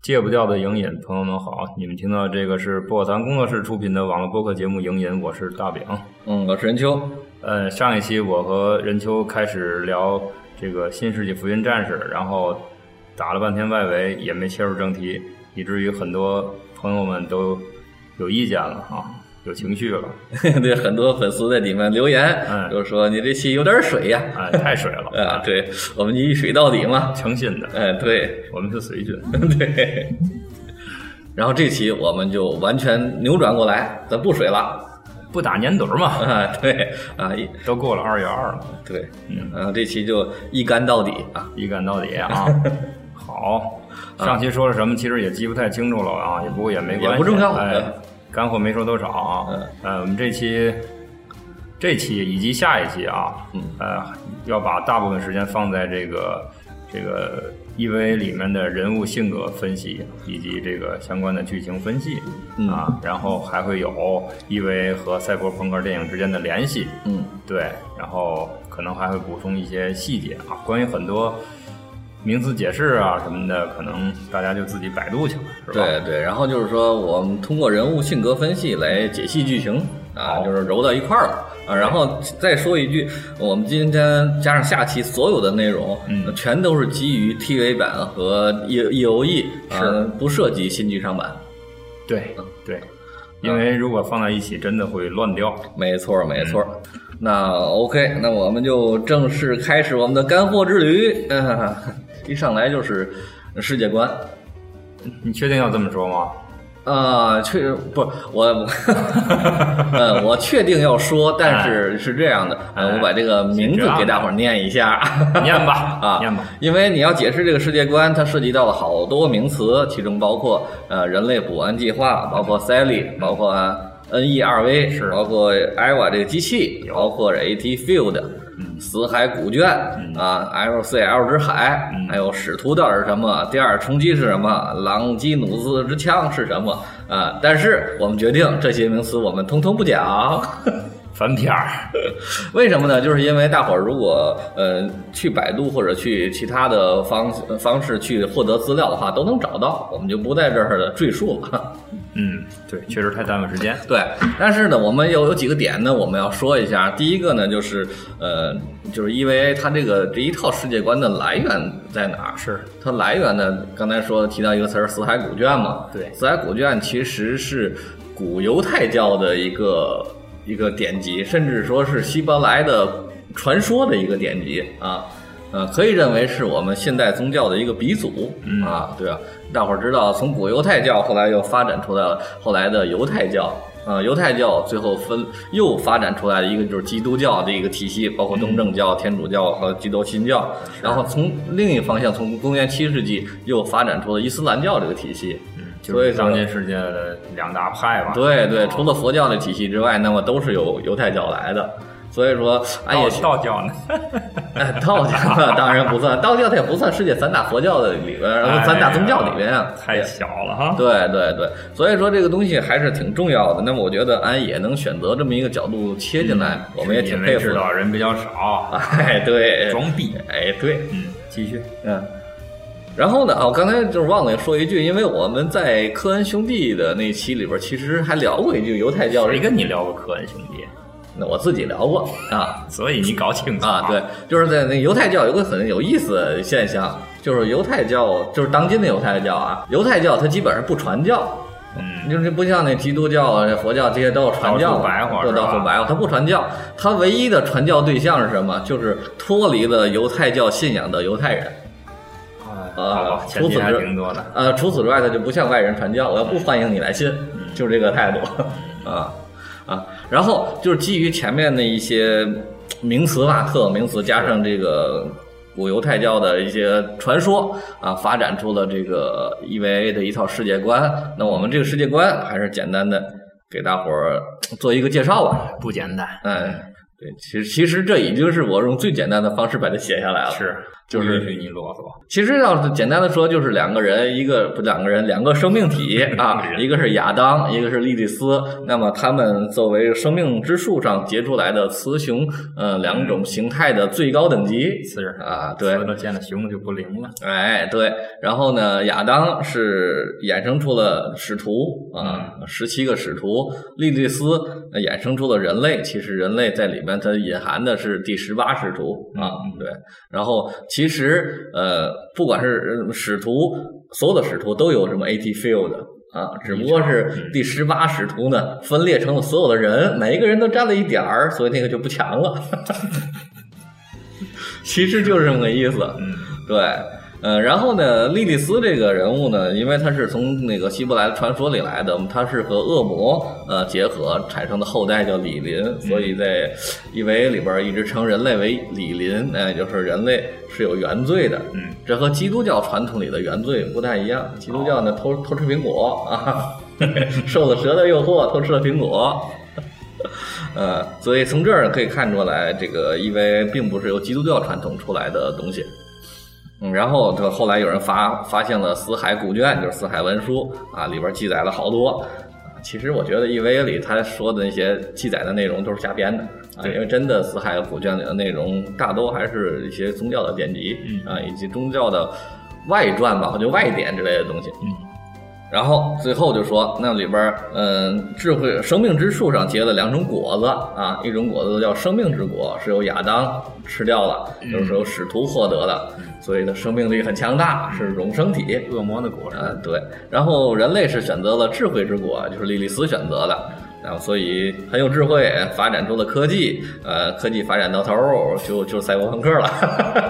戒不掉的影瘾，朋友们好，你们听到这个是薄荷谈工作室出品的网络播客节目《影瘾》，我是大饼。 我是任秋。 上一期我和任秋开始聊这个新世纪福音战士，然后打了半天外围也没切入正题，以至于很多朋友们都有意见了啊，有情绪了。 对，很多粉丝在里面留言，就是说你这期有点水呀， 太水了啊！对，我们一水到底嘛， 诚信的。 对， 我们是水军。 对。然后这期我们就完全扭转过来，咱不水了。 不打年盹嘛？ 对啊， 都过了2月2了。 对，这期就一干到底啊， 一干到底啊。好，上期说了什么，其实也记不太清楚了啊，不过也没关系， 也不重要。 干货没说多少啊。我们这期以及下一期啊，要把大部分时间放在这个 EVA 里面的人物性格分析以及这个相关的剧情分析然后还会有 EVA 和赛博朋克电影之间的联系，对，然后可能还会补充一些细节啊，关于很多名词解释啊什么的，可能大家就自己百度去了，是吧？ 对，然后就是说我们通过人物性格分析来解析剧情啊，就是揉到一块儿了。然后再说一句，我们今天加上下期所有的内容，全都是基于 TV 版和 EOE， 不涉及新剧场版。 对，因为如果放在一起，真的会乱掉。 没错。那 OK， 那我们就正式开始我们的干货之旅。一上来就是世界观。 你确定要这么说吗？ 我确定要说，但是是这样的，我把这个名字给大伙儿念一下， 念吧，念吧， 因为你要解释这个世界观，它涉及到了好多名词，其中包括人类补完计划，包括 Sally， 包括NERV， 是包括 EVA 这个机器，包括 AT Field。死海古卷LCL 之海，还有使徒到底是什么？第二冲击是什么？朗基努斯之枪是什么？但是我们决定这些名词我们通通不讲。 翻篇儿， 为什么呢？就是因为大伙儿如果去百度或者去其他的方式去获得资料的话，都能找到，我们就不在这儿的赘述了。 对，确实太耽误时间。 对，但是呢，我们有几个点呢，我们要说一下。第一个呢，就是EVA 它这一套世界观的来源在哪儿？ 是它来源呢？刚才提到一个词儿，死海古卷嘛。 对， 死海古卷其实是古犹太教的一个典籍，甚至说是希伯来的传说的一个典籍啊。可以认为是我们现代宗教的一个鼻祖对啊，大伙儿知道，从古犹太教后来又发展出来了后来的犹太教犹太教最后又发展出来的一个就是基督教的一个体系，包括东正教、天主教和基督新教。然后从另一方向，从公元7世纪又发展出了伊斯兰教这个体系。 所以当今世界的两大派吧。 对，除了佛教的体系之外，那么都是由犹太教来的。所以说， 道教呢？ 道教当然不算，道教它也不算世界3大佛教的里边，3大宗教里边啊， 太小了哈。 对，所以说这个东西还是挺重要的。那么我觉得俺也能选择这么一个角度切进来，我们也挺佩服的。 知道人比较少， 对， 装逼， 对， 继续， 然后呢，我刚才就是忘了说一句，因为我们在科恩兄弟的那期里边，其实还聊过一句犹太教。 谁跟你聊过科恩兄弟？ 那我自己聊过所以你搞清楚对，就是在那犹太教有个很有意思的现象，就是犹太教就是当今的犹太教犹太教它基本上不传教，就是不像那基督教佛教这些都要传教，都到处白话，它不传教，它唯一的传教对象是什么？就是脱离了犹太教信仰的犹太人。 除此还挺多的。 除此之外，他就不向外人传教，我要不欢迎你来信，就是这个态度然后就是基于前面的一些名词特有名词，加上这个古犹太教的一些传说发展出了这个 EVA 的一套世界观。那我们这个世界观还是简单的给大伙儿做一个介绍吧。 不简单。 对，其实这已经是我用最简单的方式把它写下来了。 是， 就是允许你啰嗦。 其实要是简单的说，就是两个生命体啊，一个是亚当，一个是莉莉丝。那么他们作为生命之树上结出来的雌雄两种形态的最高等级。 是啊，对， 雌的见了雄的就不灵了。 哎，对。然后呢，亚当是衍生出了使徒啊，17个使徒。莉莉丝衍生出了人类，其实人类在里面它隐含的是第18使徒啊，对。然后其实不管是使徒，所有的使徒都有什么 AT field 啊，只不过是第18使徒呢分裂成了所有的人，每一个人都占了一点儿，所以那个就不强了。其实就是这么个意思，对。然后呢，莉莉丝这个人物呢，因为他是从那个希伯来的传说里来的，他是和恶魔结合产生的后代叫李林，所以在EVA里边一直称人类为李林，就是人类是有原罪的。这和基督教传统里的原罪不太一样。基督教呢偷吃苹果啊，受了蛇的诱惑偷吃了苹果。所以从这儿可以看出来，这个EVA并不是由基督教传统出来的东西。然后后来有人发现了死海古卷，就是死海文书啊，里边记载了好多。其实我觉得 EVA 里他说的那些记载的内容都是瞎编的啊，因为真的死海古卷里的内容大多还是一些宗教的典籍啊，以及宗教的外传吧，或者外典之类的东西。然后最后就说那里边智慧生命之树上结了2种果子啊，一种果子叫生命之果，是由亚当吃掉了，就是由使徒获得的，所以它生命力很强大，是永生体。 恶魔的果实。 对。然后人类是选择了智慧之果，就是莉莉丝选择的，然后所以很有智慧，发展出了科技，科技发展到头就赛博朋克了。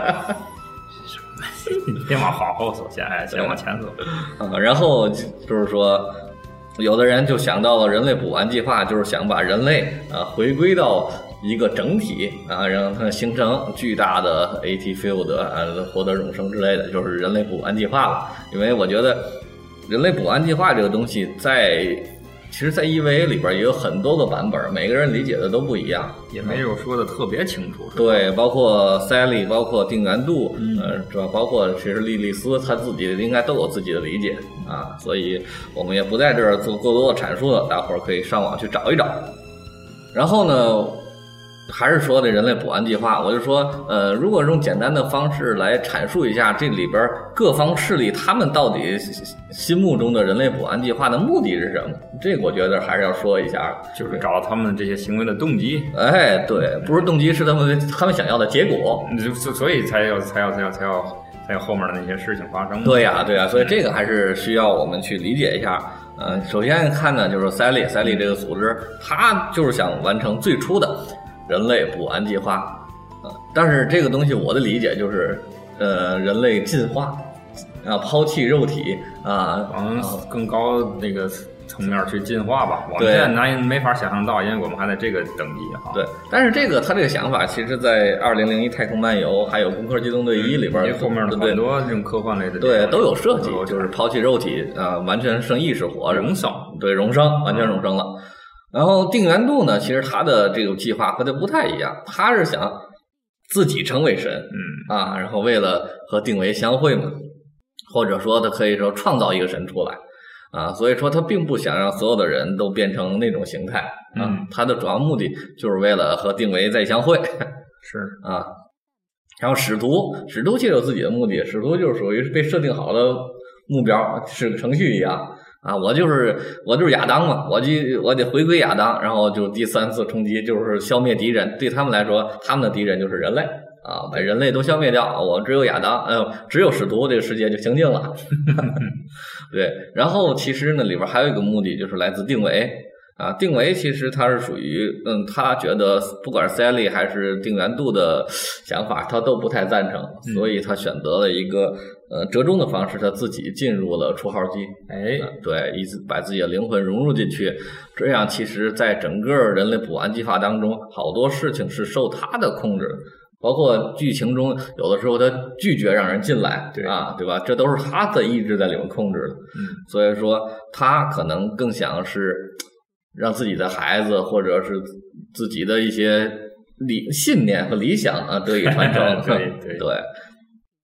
你别往后走，先往前走。 然后就是说，有的人就想到了人类补完计划，就是想把人类回归到一个整体啊，让它形成巨大的 AT field 获得永生之类的，就是人类补完计划了。因为我觉得人类补完计划这个东西其实在 EVA 里边也有很多个版本，每个人理解的都不一样， 也没有说的特别清楚。 对，包括 Sally， 包括定元度，是吧？包括其实莉莉丝，她自己应该都有自己的理解啊，所以我们也不在这儿做过多的阐述了，大伙儿可以上网去找一找。然后呢，还是说的人类补完计划，我就说，如果用简单的方式来阐述一下这里边各方势力他们到底心目中的人类补完计划的目的是什么？这个我觉得还是要说一下， 就是找到他们这些行为的动机。 哎，对，不是动机，是他们想要的结果， 所以才有后面的那些事情发生。 对呀，所以这个还是需要我们去理解一下。首先看呢，就是Sally这个组织，他就是想完成最初的人类补完计划，但是这个东西我的理解就是，人类进化啊，抛弃肉体啊， 往更高那个层面去进化吧。我们现在没法想象到，因为我们还在这个等级哈。 对，但是他这个想法，其实在2001太空漫游还有攻壳机动队1里边， 后面的很多这种科幻类的对都有设计，就是抛弃肉体完全剩意识活着， 荣生， 对，荣生，完全荣生了。然后定元度呢，其实他的这个计划和他不太一样，他是想自己成为神，然后为了和定维相会嘛，或者说他可以说创造一个神出来啊，所以说他并不想让所有的人都变成那种形态啊，他的主要目的就是为了和定维再相会， 是啊。 然后使徒其实有自己的目的，使徒就是属于被设定好的目标，是个程序一样。我就是亚当嘛，我得回归亚当，然后就第3次冲击就是消灭敌人，对他们来说，他们的敌人就是人类啊，把人类都消灭掉，我只有亚当，只有使徒，这个世界就清净了。对，然后其实呢里边还有一个目的，就是来自定维啊，定维其实他是属于他觉得不管是 Sally 还是定元度的想法，他都不太赞成，所以他选择了一个折中的方式，他自己进入了出号机，对，把自己的灵魂融入进去，这样其实在整个人类补完计划当中，好多事情是受他的控制的，包括剧情中有的时候他拒绝让人进来，对吧？这都是他的意志在里面控制的，所以说他可能更想是让自己的孩子或者是自己的一些信念和理想得以传承，对。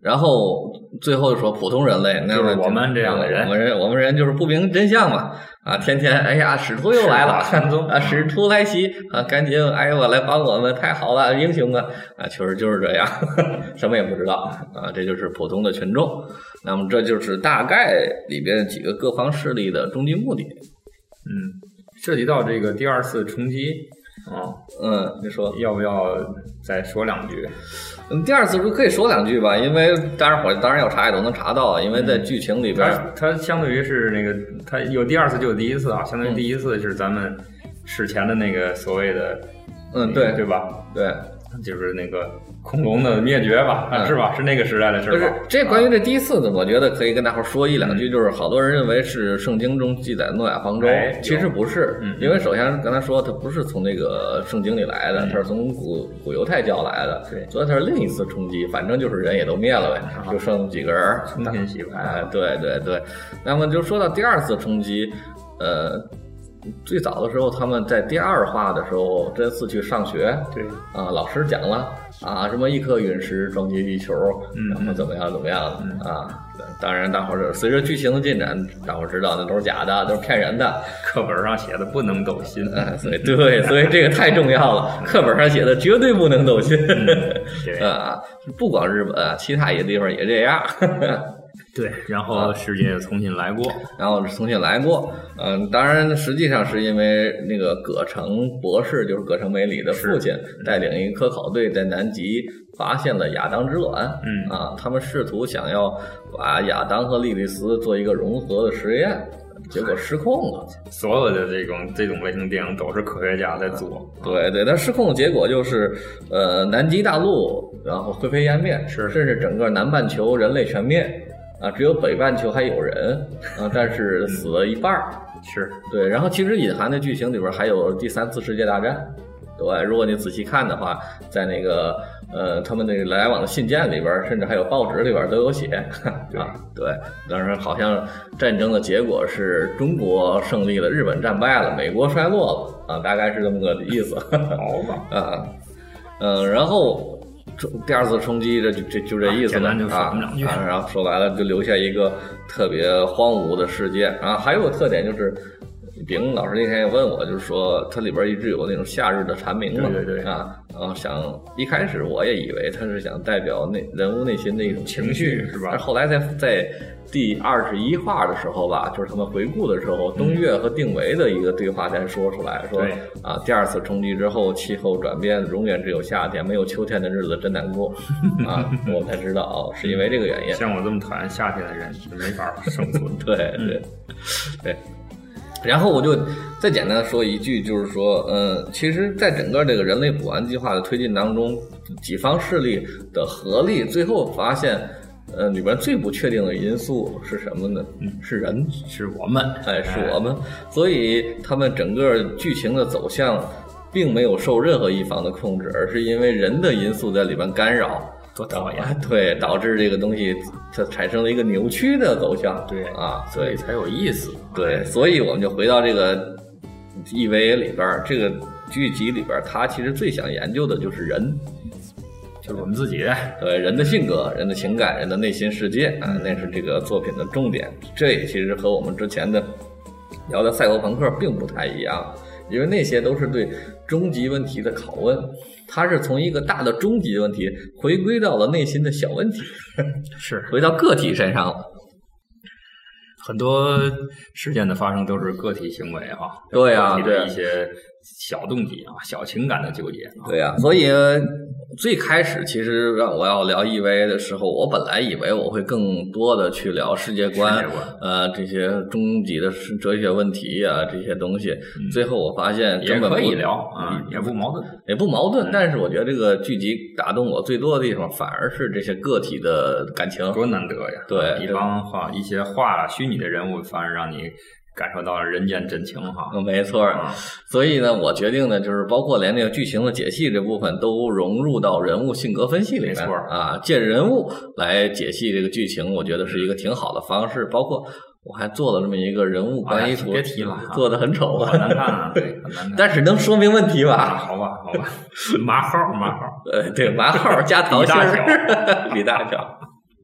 然后最后就说普通人类，那就是我们这样的人， 我们人就是不明真相嘛，啊，天天哎呀，使徒又来了，啊，使徒来袭啊，赶紧哎呦，来帮我们，太好了，英雄啊，啊，确实就是这样，什么也不知道啊，这就是普通的群众。那么这就是大概里边几个各方势力的终极目的。 涉及到这个第二次冲击啊， 你说要不要再说两句？ 第二次可以说两句吧，因为当然要查也都能查到，因为在剧情里边， 它相对于是那个，它有第二次就有第一次啊，相当于第一次是咱们史前的那个所谓的，对吧？对，就是那个恐龙的灭绝吧，是吧？是那个时代的事吧？ 就是这关于这第一次的，我觉得可以跟大伙说一两句，就是好多人认为是圣经中记载的诺亚方舟，其实不是，因为首先刚才说它不是从那个圣经里来的，它是从古犹太教来的， 对， 所以它是另一次冲击，反正就是人也都灭了呗，就剩几个人， 重新洗牌， 对。那么就说到第二次冲击，最早的时候，他们在第二话的时候，真嗣去上学， 对啊，老师讲了啊，什么一颗陨石撞击地球，然后怎么样的啊。当然，大伙儿随着剧情的进展，大伙儿知道那都是假的，都是骗人的。 课本上写的不能都信， 所以这个太重要了。课本上写的绝对不能都信，啊，不光日本啊，其他一些地方也这样。 对，然后世界重新来过， 当然实际上是因为那个葛城博士，就是葛城美里的父亲，带领一个科考队在南极发现了亚当之卵，他们试图想要把亚当和莉莉丝做一个融合的实验，结果失控了。 所有的这种类型电影都是科学家在做， 对，但失控的结果就是南极大陆然后灰飞烟灭，甚至整个南半球人类全灭。啊，只有北半球还有人啊，但是死了一半对。然后其实隐含的剧情里边还有第3次世界大战，对。如果你仔细看的话，在那个他们那个来往的信件里边，甚至还有报纸里边都有写啊。对，当然好像战争的结果是中国胜利了，日本战败了，美国衰落了啊，大概是这么个意思。 好吧， 然后。第二次冲击，就这意思了然后说白了就留下一个特别荒芜的世界啊。还有个特点就是，丙老师那天也问我，就是说它里边一直有那种夏日的蝉鸣嘛， 对啊，然后一开始我也以为他是想代表人物内心的一种情绪， 是吧？ 但后来在第21话的时候吧，就是他们回顾的时候，东岳和定维的一个对话才说出来，说啊，第二次冲击之后，气候转变，永远只有夏天，没有秋天的日子真难过啊！我才知道是因为这个原因。 像我这么讨厌夏天的人，没法生存。 对。然后我就再简单的说一句，就是说，其实，在整个这个人类补完计划的推进当中，几方势力的合力，最后发现。里边最不确定的因素是什么呢？是人， 是我们， 是我们。所以他们整个剧情的走向，并没有受任何一方的控制，而是因为人的因素在里边干扰， 多讨厌。 对，导致这个东西它产生了一个扭曲的走向。 对啊， 所以才有意思。 对，所以我们就回到这个 EVA 里边，这个剧集里边，它其实最想研究的就是人。 就是我们自己， 对人的性格、人的情感、人的内心世界啊，那是这个作品的重点。这也其实和我们之前的聊的赛博朋克并不太一样，因为那些都是对终极问题的拷问，它是从一个大的终极问题回归到了内心的小问题， 是回到个体身上了。 很多事件的发生都是个体行为啊， 对啊， 对一些小动机啊、小情感的纠结。 对啊，所以最开始其实让我要聊 EVA 的时候，我本来以为我会更多的去聊世界观，这些终极的哲学问题啊，这些东西。最后我发现根本也可以聊啊，也不矛盾。 但是我觉得这个剧集打动我最多的地方，反而是这些个体的感情， 多难得呀！ 对， 一些画虚拟的人物，反而让你感受到了人间真情哈。 没错。所以呢，我决定呢，就是包括连那个剧情的解析这部分都融入到人物性格分析里面。 没错啊，借人物来解析这个剧情，我觉得是一个挺好的方式。包括我还做了这么一个人物关系图， 别提了， 做的很丑， 很难看啊，对，很难看。 但是能说明问题吧？ 好吧，麻号， 对，麻号加桃心，李大小。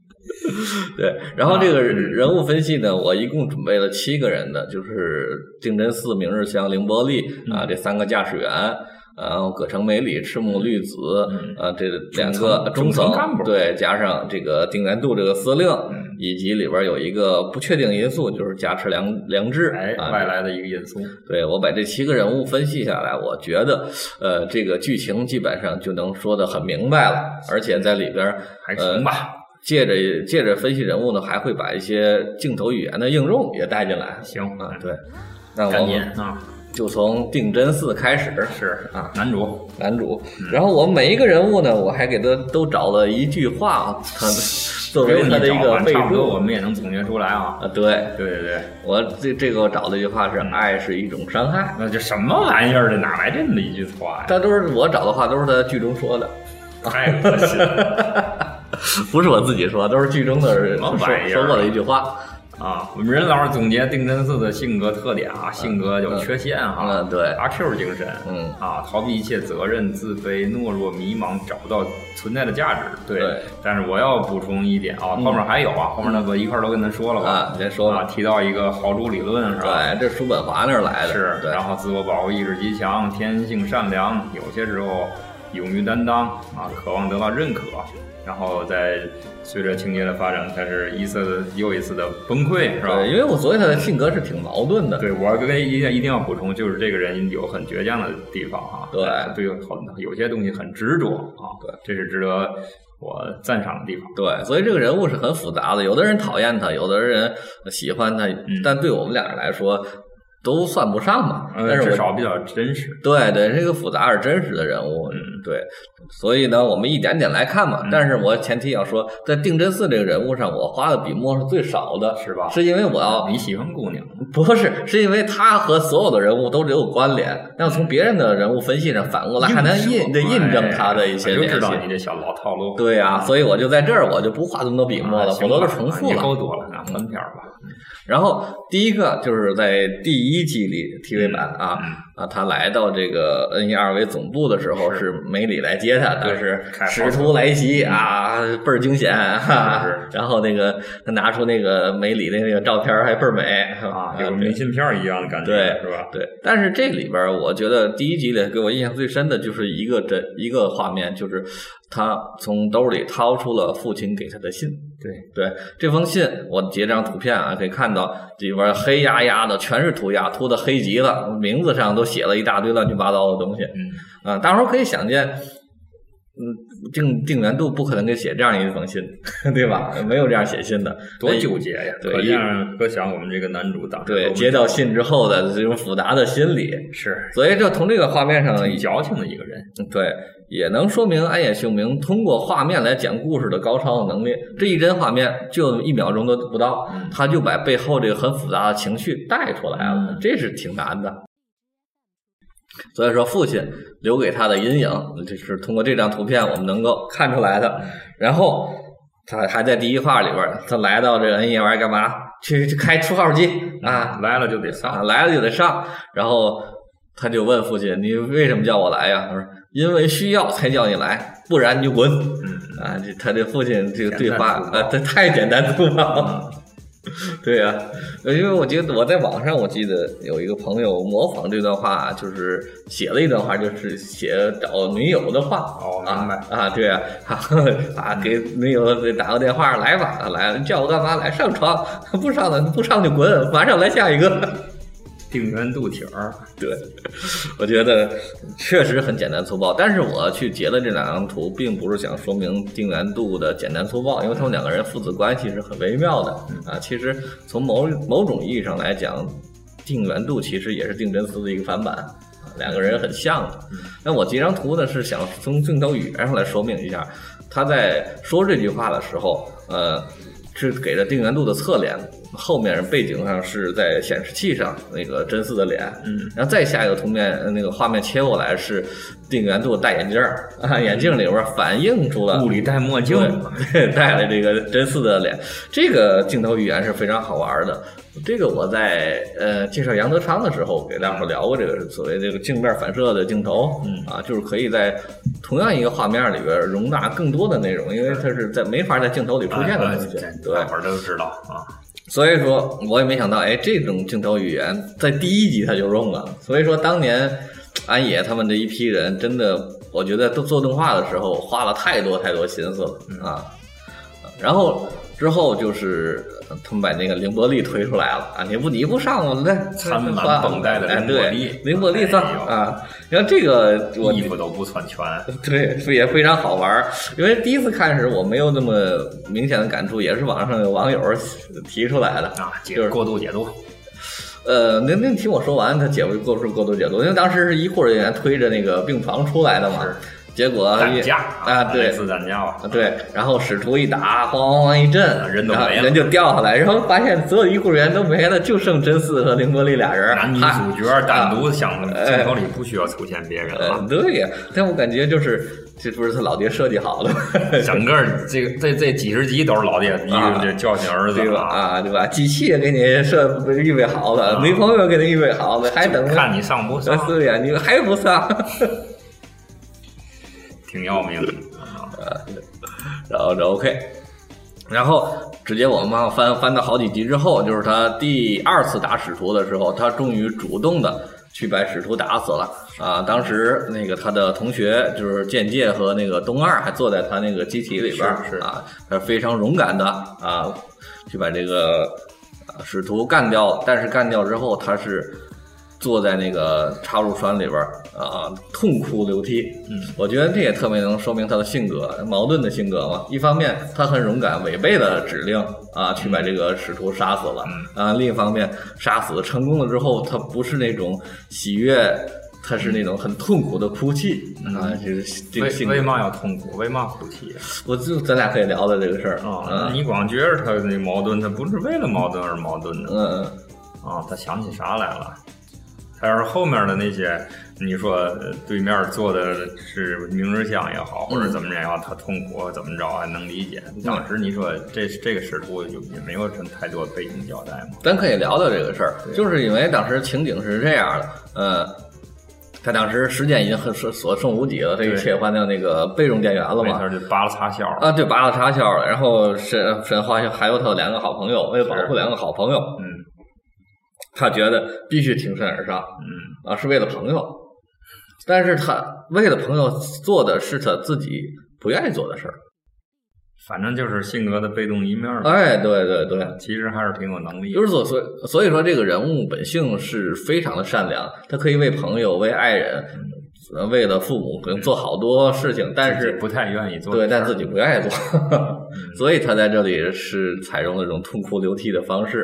对，然后这个人物分析呢，我一共准备了7个人的，就是定真寺、明日香、凌波丽啊，这3个驾驶员。然后葛城美里、赤木绿子，这2个中层干部， 对，加上这个定元度这个司令，以及里边有一个不确定因素，就是加持良知， 外来的一个因素。 对，我把这7个人物分析下来，我觉得这个剧情基本上就能说得很明白了，而且在里边还行吧。 借着分析人物呢，还会把一些镜头语言的应用也带进来。 行啊，对，那我们就从定真寺开始， 是啊， 男主， 然后我们每一个人物呢，我还给他都找了一句话，他作为他的一个备注， 我们也能总结出来啊。 对，我这个我找的一句话是“爱是一种伤害”， 那这什么玩意儿的，哪来这么一句话呀？ 他都是我找的话，都是他剧中说的， 太恶心了， 不是我自己说，都是剧中的人说过的一句话。 啊，我们任老师总结定真寺的性格特点啊，性格有缺陷哈， 对， 阿 Q 精神，逃避一切责任，自卑、懦弱、迷茫，找不到存在的价值，对。但是我要补充一点啊，后面还有啊，后面那个一块儿都跟他说了吧， 先说吧， 提到一个豪猪理论是吧？ 对，这叔本华那儿来的， 是。然后自我保护意识极强，天性善良，有些时候勇于担当啊，渴望得到认可。然后在随着情节的发展，开始一次又一次的崩溃，是吧？ 对，因为我所以他的性格是挺矛盾的。 对，我一定要补充，就是这个人有很倔强的地方啊。对，有些东西很执着啊。 对， 这是值得我赞赏的地方。 对，所以这个人物是很复杂的，有的人讨厌他，有的人喜欢他，但对我们俩人来说都算不上嘛。但是至少比较真实。 对，是一个复杂而真实的人物。对。所以呢，我们一点点来看嘛。但是我前提要说，在定真寺这个人物上，我花的笔墨是最少的， 是吧？ 是因为你喜欢姑娘？ 不是，是因为他和所有的人物都有关联。要从别人的人物分析上反过来，还能印证他的一些联系。 就知道你这小老套路。 对啊，所以我就在这儿，我就不花这么多笔墨了，否则都重复了。 够多了，门票吧。 然后第一个就是在第1季里 TV 版他来到这个 NE2 总部的时候，是梅里来接他，当时使徒来袭啊，倍儿惊险然后那个他拿出那个梅里的那个照片，还倍儿美啊，有明信片一样的感觉， 对， 是吧？ 对。但是这里边我觉得第1集里给我印象最深的就是一个画面，就是他从兜里掏出了父亲给他的信。对，这封信我截张图片可以看到里边黑压压的，全是涂鸦，涂的黑极了，名字上都写了一大堆乱七八糟的东西。大伙儿可以想见，定元度不可能给写这样一封信，对吧？没有这样写信的， 多纠结呀！可想我们这个男主当时接到信之后的这种复杂的心理， 是， 所以就从这个画面上挺矫情的一个人， 对，也能说明安野秀明通过画面来讲故事的高超的能力。这一帧画面就1秒钟都不到，他就把背后这个很复杂的情绪带出来了，这是挺难的。所以说父亲留给他的阴影，这是通过这张图片我们能够看出来的。然后他还在第1话里边，他来到这个 NE2 干嘛？去开出号机来了就得上， 来了就得上。然后他就问父亲：“你为什么叫我来呀？”他说：“因为需要才叫你来，不然你就滚。”他这父亲这个对话这太简单粗暴了。对呀，因为我觉得我在网上，我记得有一个朋友模仿这段话，就是写了一段话，就是写找女友的话。 明白对啊，给女友打个电话，来吧，来，你叫我干嘛？来上床，不上就滚，马上来下一个。 定元度帖儿， 对，我觉得确实很简单粗暴，但是我去截了这2张图，并不是想说明定元度的简单粗暴，因为他们2个人父子关系是很微妙的其实从某种意义上来讲，定元度其实也是定真寺的一个反版，2个人很像的。那我这张图呢，是想从镜头语言上来说明一下，他在说这句话的时候，是给了定元度的侧脸，后面背景上是在显示器上那个真嗣的脸，然后再下一个图面那个画面切过来是定元度戴眼镜啊，眼镜里边反映出了物理戴墨镜， 对，戴了这个真嗣的脸，这个镜头语言是非常好玩的。这个我在介绍杨德昌的时候给大伙聊过，这个所谓这个镜面反射的镜头，就是可以在同样一个画面里边容纳更多的内容，因为它是在没法在镜头里出现的东西，对， 大伙儿都知道啊。 所以说我也没想到，这种镜头语言在第一集他就用了。所以说当年安野他们这一批人真的，我觉得都做动画的时候花了太多心思了啊。然后之后就是他们把那个凌波丽推出来了啊！你不上我那缠满绷带的凌波丽， 凌波丽上啊！然后这个衣服都不穿全， 对，也非常好玩。因为第一次看时我没有那么明显的感触，也是网上有网友提出来的啊，就是过度解读。 您听我说完，他过度解读，因为当时是医护人员推着那个病床出来的嘛。结果担架啊，对， 是担架吧？ 对，然后使徒一打，咣咣一震， 人都没了， 人就掉下来，然后发现所有医护人员都没了，就剩真嗣和凌波丽俩人。 男女主角单独镜头里不需要出现别人了。 对呀，但我感觉这不是他老爹设计好的， 整个这几十集都是老爹这教训儿子对吧？机器也给你预备好了，女朋友给你预备好了，还等看你上不上？ 对呀，你还不上。 挺要命的然后这 OK， 然后直接我们翻到好几集之后，就是他第二次打使徒的时候，他终于主动的去把使徒打死了啊！当时那个他的同学就是剑介和那个东二还坐在他那个机体里边啊，他非常勇敢的啊去把这个使徒干掉，但是干掉之后他是坐在那个插入船里边啊，痛哭流涕。我觉得这也特别能说明他的性格，矛盾的性格嘛。一方面他很勇敢，违背了指令啊，去把这个使徒杀死了啊。另一方面，杀死成功了之后，他不是那种喜悦，他是那种很痛苦的哭泣啊。就是这个性格。 为嘛要痛苦？为嘛哭泣？ 咱俩可以聊聊这个事儿啊。你光觉得他那矛盾，他不是为了矛盾而矛盾的。他想起啥来了？他要是后面的那些，你说对面做的是明日香也好，或者怎么着也好，他痛苦怎么着还能理解。当时你说这个使徒也没有什么太多背景交代嘛。 咱可以聊聊这个事儿，就是因为当时情景是这样的，他当时时间已经所剩无几了，他就切换到那个备用电源了嘛， 就拔了插销啊，对，拔了插销了。然后沈花还有他两个好朋友，为了保护两个好朋友，他觉得必须挺身而上，是为了朋友，但是他为了朋友做的是他自己不愿意做的事儿， 反正就是性格的被动一面。 对， 其实还是挺有能力的。 就是所以说这个人物本性是非常的善良，他可以为朋友、为爱人、为了父母可能做好多事情，但是不太愿意做， 对，但自己不愿意做，所以他在这里是采用了这种痛哭流涕的方式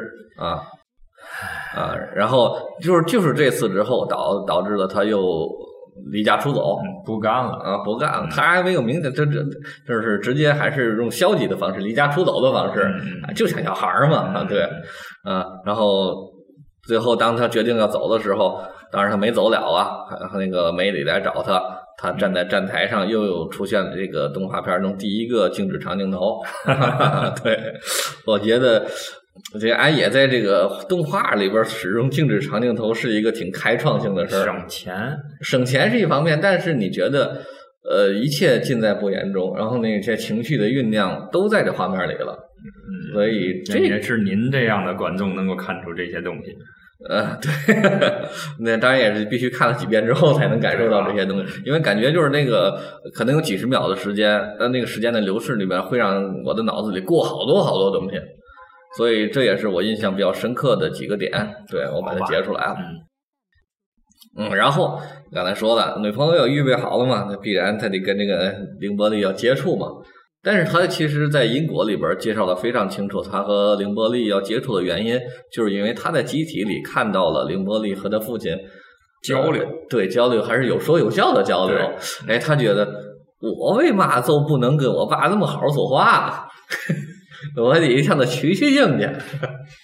然后就是这次之后导致了他又离家出走， 不干了不干了。他还没有明显，就是直接还是用消极的方式，离家出走的方式，就想小孩嘛，对，然后最后当他决定要走的时候，当然他没走了啊，那个梅里来找他，他站在站台上，又有出现了这个动画片中第一个静止长镜头。对，我觉得这安野在这个动画里边使用静止长镜头是一个挺开创性的事儿。省钱是一方面，但是你觉得一切尽在不言中，然后那些情绪的酝酿都在这画面里了。所以这也是您这样的观众能够看出这些东西。 对，那当然也是必须看了几遍之后才能感受到这些东西，因为感觉就是那个可能有几十秒的时间，那个时间的流逝里面会让我的脑子里过好多东西，所以这也是我印象比较深刻的几个点。对，我把它截出来了。然后刚才说的女朋友预备好了嘛，那必然他得跟这个凌波丽要接触嘛。但是他其实在因果里边介绍的非常清楚，他和凌波丽要接触的原因就是因为他在机体里看到了凌波丽和他父亲交流， 对，交流还是有说有笑的交流。他觉得我为嘛就不能跟我爸那么好好说话呢？我得向他取经去。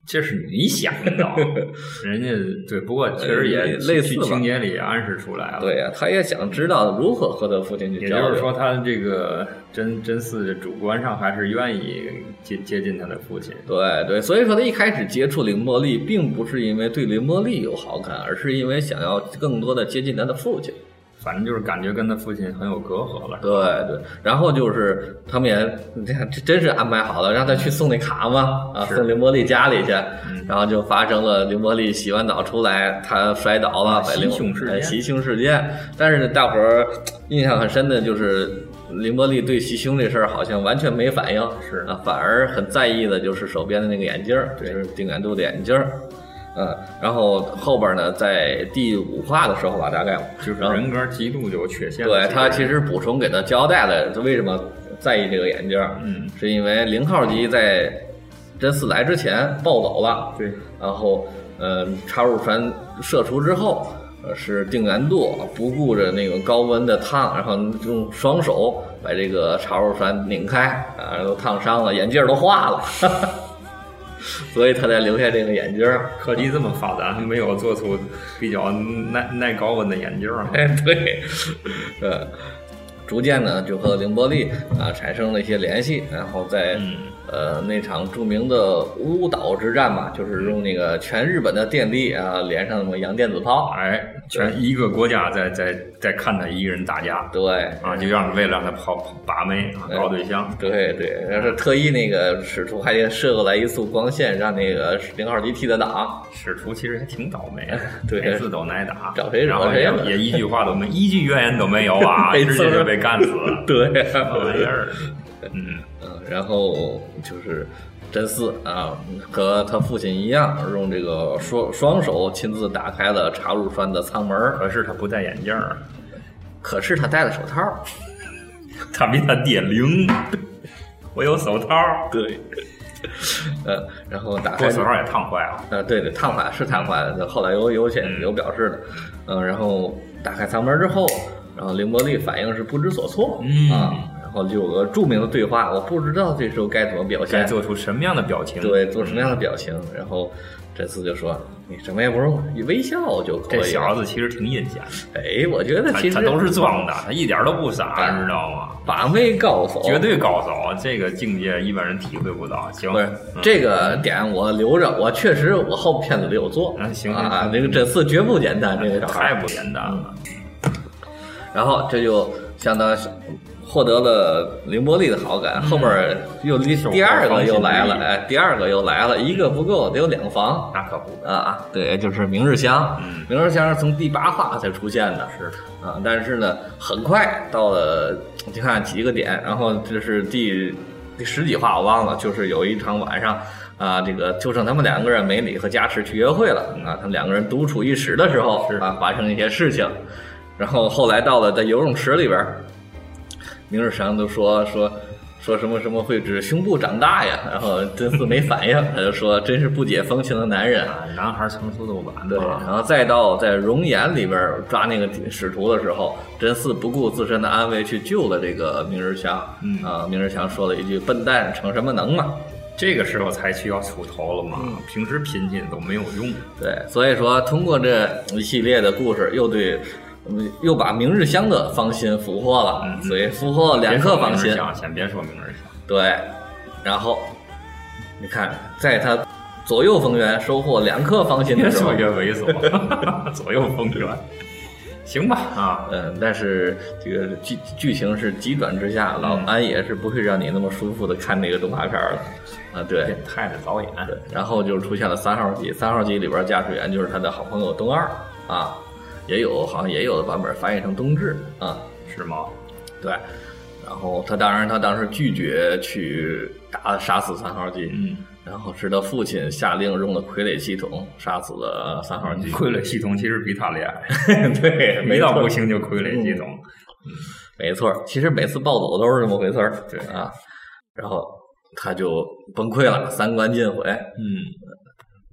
这是你想的，人家对，不过确实也类似情节里也暗示出来了。 对呀，他也想知道如何和他父亲去交流。 也就是说，他这个真嗣的主观上还是愿意接近他的父亲。 对对，所以说他一开始接触凌波丽，并不是因为对凌波丽有好感，而是因为想要更多的接近他的父亲。 反正就是感觉跟他父亲很有隔阂了。 对对，然后就是他们也，你看这真是安排好了，让他去送那卡嘛，啊，送凌波丽家里去，然后就发生了凌波丽洗完澡出来，他摔倒了， 袭胸事件。但是大伙儿印象很深的就是凌波丽对袭胸这事儿好像完全没反应， 是啊，反而很在意的就是手边的那个眼镜，就是定远度的眼镜。然后后边呢，在第5话的时候吧，大概就是人格极度有缺陷。 对，他其实补充给他交代了为什么在意这个眼镜，是因为0号机在真嗣来之前暴走了， 对， 然后插入船射出之后，是定远度不顾着那个高温的烫，然后用双手把这个插入船拧开，啊，都烫伤了，眼镜都化了。所以他才留下这个眼镜。 科技这么发达，还没有做出比较耐高温的眼镜。 哎，对，逐渐呢就和凌波丽啊产生了一些联系，然后在那场著名的乌岛之战吧，就是用那个全日本的电力啊连上那么洋电子炮， 哎，全一个国家在看他一个人打架， 对啊，就为了让他把妹啊搞对象， 对对，然后特意那个使徒还射过来一束光线，让那个0号机替他打。 使徒其实还挺倒霉的， 对， 每次都挨打， 找谁然后也一句话都没，一句怨言都没有啊，直接就被干死了。 对， 什么玩意儿？ 然后就是真嗣啊，和他父亲一样，用这个双手亲自打开了插入船的舱门。 可是他不戴眼镜， 可是他戴了手套。 他比他爹灵，我有手套。 对，然后打开手套也烫坏了。 对对，烫坏是烫坏了，后来有表示的。然后打开舱门之后，然后凌波丽反应是不知所措啊。然后就有个著名的对话，我不知道这时候该怎么表现， 该做出什么样的表情？ 对，做什么样的表情？然后真嗣就说：“你什么也不用，你微笑就可以。” 这小子其实挺阴险的。 哎，我觉得其实他都是装的，他一点都不傻，你知道吗？ 把妹高手， 绝对高手，这个境界一般人体会不到。行， 这个点我留着，我确实我后片子里有做。 行啊，这个真嗣绝不简单，这个太不简单了。 然后这就相当获得了凌波丽的好感，后边又第二个又来了，哎，第二个又来了，一个不够，得有2房， 那可不啊，对，就是明日香，明日香是从第8话才出现的， 是啊，但是呢，很快到了，你看几个点，然后这是第10几话我忘了，就是有一场晚上啊，这个就剩他们2个人，美里和加持去约会了啊，他们2个人独处一室的时候啊，发生一些事情，然后后来到了在游泳池里边。明日香都说什么会指胸部长大呀，然后真嗣没反应，他就说真是不解风情的男人啊，男孩成熟都晚。 对，然后再到在熔岩里边抓那个使徒的时候，真嗣不顾自身的安危去救了这个明日香，明日香说了一句笨蛋逞什么能嘛， 这个时候才需要出头了嘛，平时拼劲都没有用。 对，所以说通过这一系列的故事，又把明日香的芳心俘获了，所以俘获2颗芳心。 先别说明日香， 对，然后你看，在他左右逢源收获2颗芳心的时候， 越说越猥琐，左右逢源，行吧啊， 但是这个剧情是急转直下，老安也是不会让你那么舒服的看那个动画片了啊，对， 变态的导演， 对，然后就出现了3号机，3号机里边驾驶员就是他的好朋友东二啊。好像也有的版本翻译成冬至啊， 是吗？ 对，然后他当时拒绝去杀死3号机，然后是他父亲下令用了傀儡系统杀死了3号机。 傀儡系统其实比他厉害， 对， 没到不行就傀儡系统， 没错，其实每次暴走都是这么回事儿，对啊，然后他就崩溃了，3观尽毁，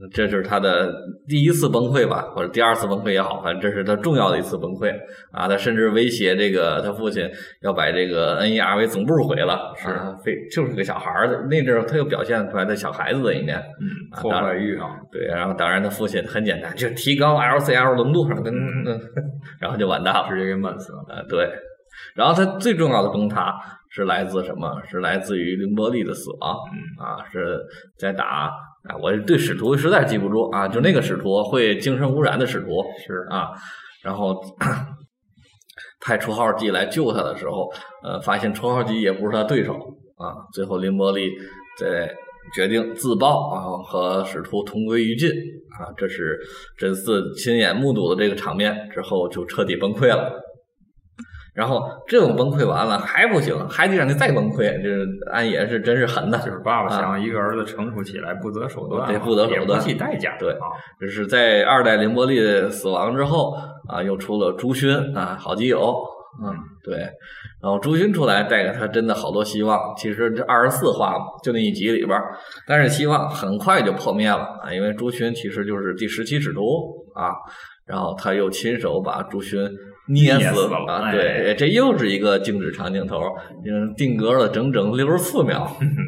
这是他的第一次崩溃吧，或者第二次崩溃也好，反正这是他重要的一次崩溃啊！他甚至威胁这个他父亲要把这个 NERV 总部毁了，是就是个小孩儿。那阵儿他又表现出来的小孩子的一面， 破坏欲啊， 对。然后当然他父亲很简单，就提高 LCL 浓度，然后就完蛋了， 直接给闷死了。 对。然后他最重要的崩塌是来自什么？是来自于凌波丽的死亡是在打。我对使徒实在记不住啊，就那个使徒会精神污染的使徒是然后派初号机来救他的时候，发现初号机也不是他对手最后凌波丽在决定自爆和使徒同归于尽这是真嗣亲眼目睹的这个场面之后就彻底崩溃了。然后这种崩溃完了还不行，还得让你再崩溃，就是安野是真是狠的， 就是爸爸想让一个儿子成熟起来不择手段， 对，不择手段， 不计代价， 对就是在二代凌波丽死亡之后又出了朱勋好基友对，然后朱勋出来带给他真的好多希望。其实这24话就那一集里边，但是希望很快就破灭了因为朱勋其实就是第17使徒然后他又亲手把朱勋捏死了对，这又是一个静止长镜头，定格了整整64秒。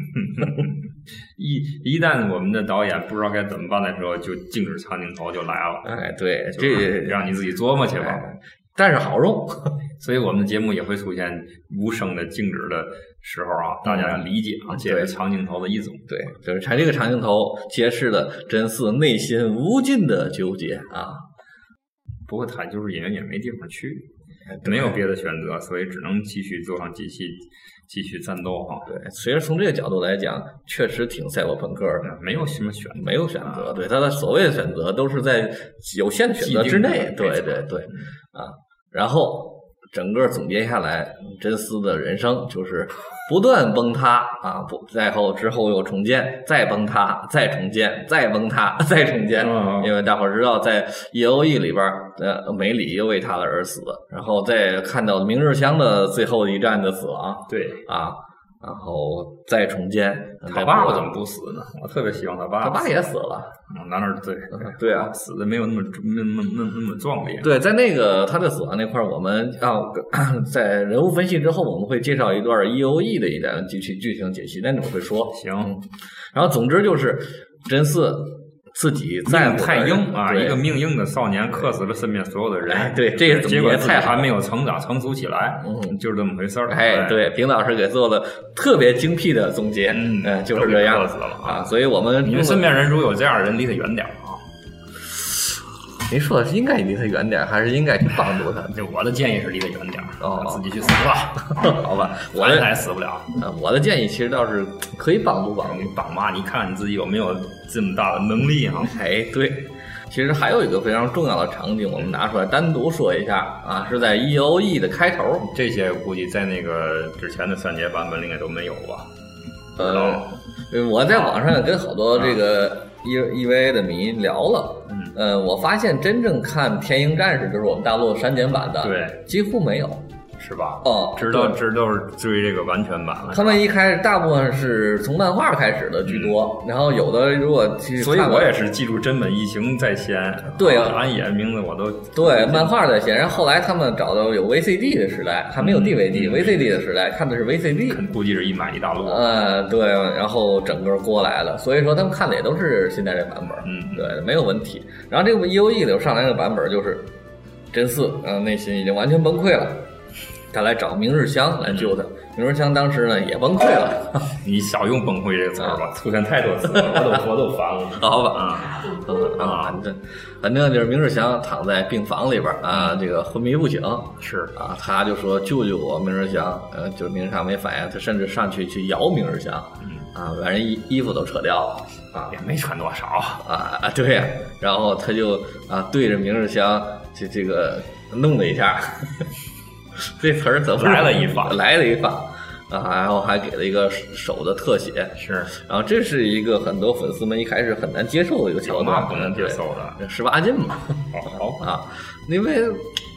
一旦我们的导演不知道该怎么办的时候，就静止长镜头就来了。 对， 这让你自己琢磨去吧。 但是好用， 所以我们的节目也会出现无声的静止的时候大家要理解这是长镜头的一种。 对，就是他这个长镜头揭示了真嗣内心无尽的纠结不过他就是因为也没地方去，没有别的选择，所以只能继续坐上机器继续战斗对，其实从这个角度来讲，确实挺赛博朋克的， 没有什么选择， 没有选择。对，他的所谓的选择都是在有限的选择之内。对然后整个总结下来，真嗣的人生就是不断崩塌之后又重建，再崩塌，再重建，再崩塌，再重建。因为大伙知道，在 EOE 里边，美里又为他的而死，然后再看到明日香的最后一战的死亡， 对然后再重建。 他爸爸怎么不死呢？我特别希望他爸也死了。 那对死的没有那么壮烈。 对，在那个他的死亡那块，我们在人物分析之后，我们会介绍一段 EOE 的一段剧情解析，那你们会说行。 然后总之就是真嗣自己命太硬一个命硬的少年克死了身边所有的人。 对，这个结果自己还没有成熟起来，就是这么回事儿。 对，平老师给做了特别精辟的总结，就是这样子了所以我们你们身边人如果有这样的人，离他远点您说的是应该离他远点，还是应该去帮助他？ 就我的建议是离他远点自己去死吧。 好吧， 我的还死不了。 我的建议其实倒是可以帮助嘛，你看你自己有没有这么大的能力对。其实还有一个非常重要的场景，我们拿出来单独说一下是在 EOE 的开头。 这些估计在那个之前的3节版本应该都没有吧？ 我在网上跟好多这个EVA 的迷聊了，我发现真正看《天鹰战士》就是我们大陆删减版的， 对，几乎没有。 是吧？直到是追这个完全版了。 他们一开始大部分是从漫画开始的居多，然后有的如果去看， 所以我也是记住真本一行在先。 对安野名字我都对漫画在先，然后后来他们找到有 VCD 的时代，还没有 DVD，VCD 的时代看的是 VCD， 估计是一买一大摞。 对，然后整个过来了，所以说他们看的也都是现在这版本，对，没有问题。然后这个 EOE 里上来的版本就是真嗣，内心已经完全崩溃了。他来找明日香来救他，明日香当时呢也崩溃了。 你少用崩溃这个词儿吧，出现太多次了，我都烦了。 好吧，反正就是明日香躺在病房里边这个昏迷不醒。 是他就说救救我，明日香。就明日香没反应，他甚至上去摇明日香，把人衣服都扯掉了也没穿多少对呀，然后他就对着明日香这个弄了一下。这词儿怎么来了一发， 然后还给了一个手的特写， 是， 然后这是一个很多粉丝们一开始很难接受的一个桥段， 不能接受的 18禁嘛，因为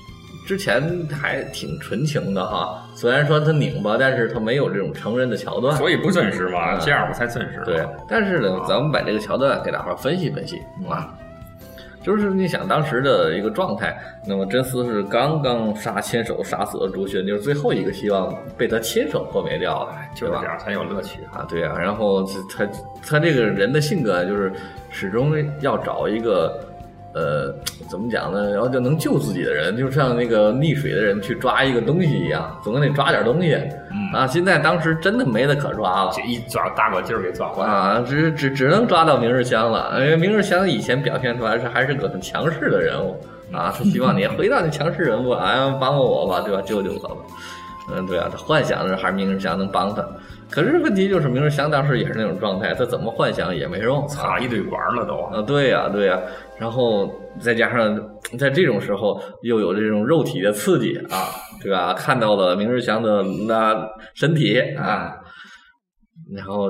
之前还挺纯情的哈，虽然说他拧巴，但是他没有这种成人的桥段， 所以不真实嘛，这样不才真实。 对，但是呢，咱们把这个桥段给大伙分析分析啊。就是你想当时的一个状态，那么真丝是刚刚亲手杀死了朱勋，就是最后一个希望被他亲手破灭掉了， 就是这样才有乐趣啊！对啊，然后他这个人的性格就是始终要找一个怎么讲呢？然后就能救自己的人，就像那个溺水的人去抓一个东西一样，总得抓点东西。啊，现在当时真的没得可抓了， 就一抓大个劲儿给抓回来啊，只能抓到明日香了。因为明日香以前表现出来还是个很强势的人物啊，他希望你回到你强势人物，帮帮我吧，对吧？救救我吧。对啊，他幻想着还是明日香能帮他。可是问题就是明日香当时也是那种状态，他怎么幻想也没用， 插一堆管了都啊！对呀，对呀，然后再加上在这种时候又有这种肉体的刺激啊，对吧？看到了明日香的那身体啊，然后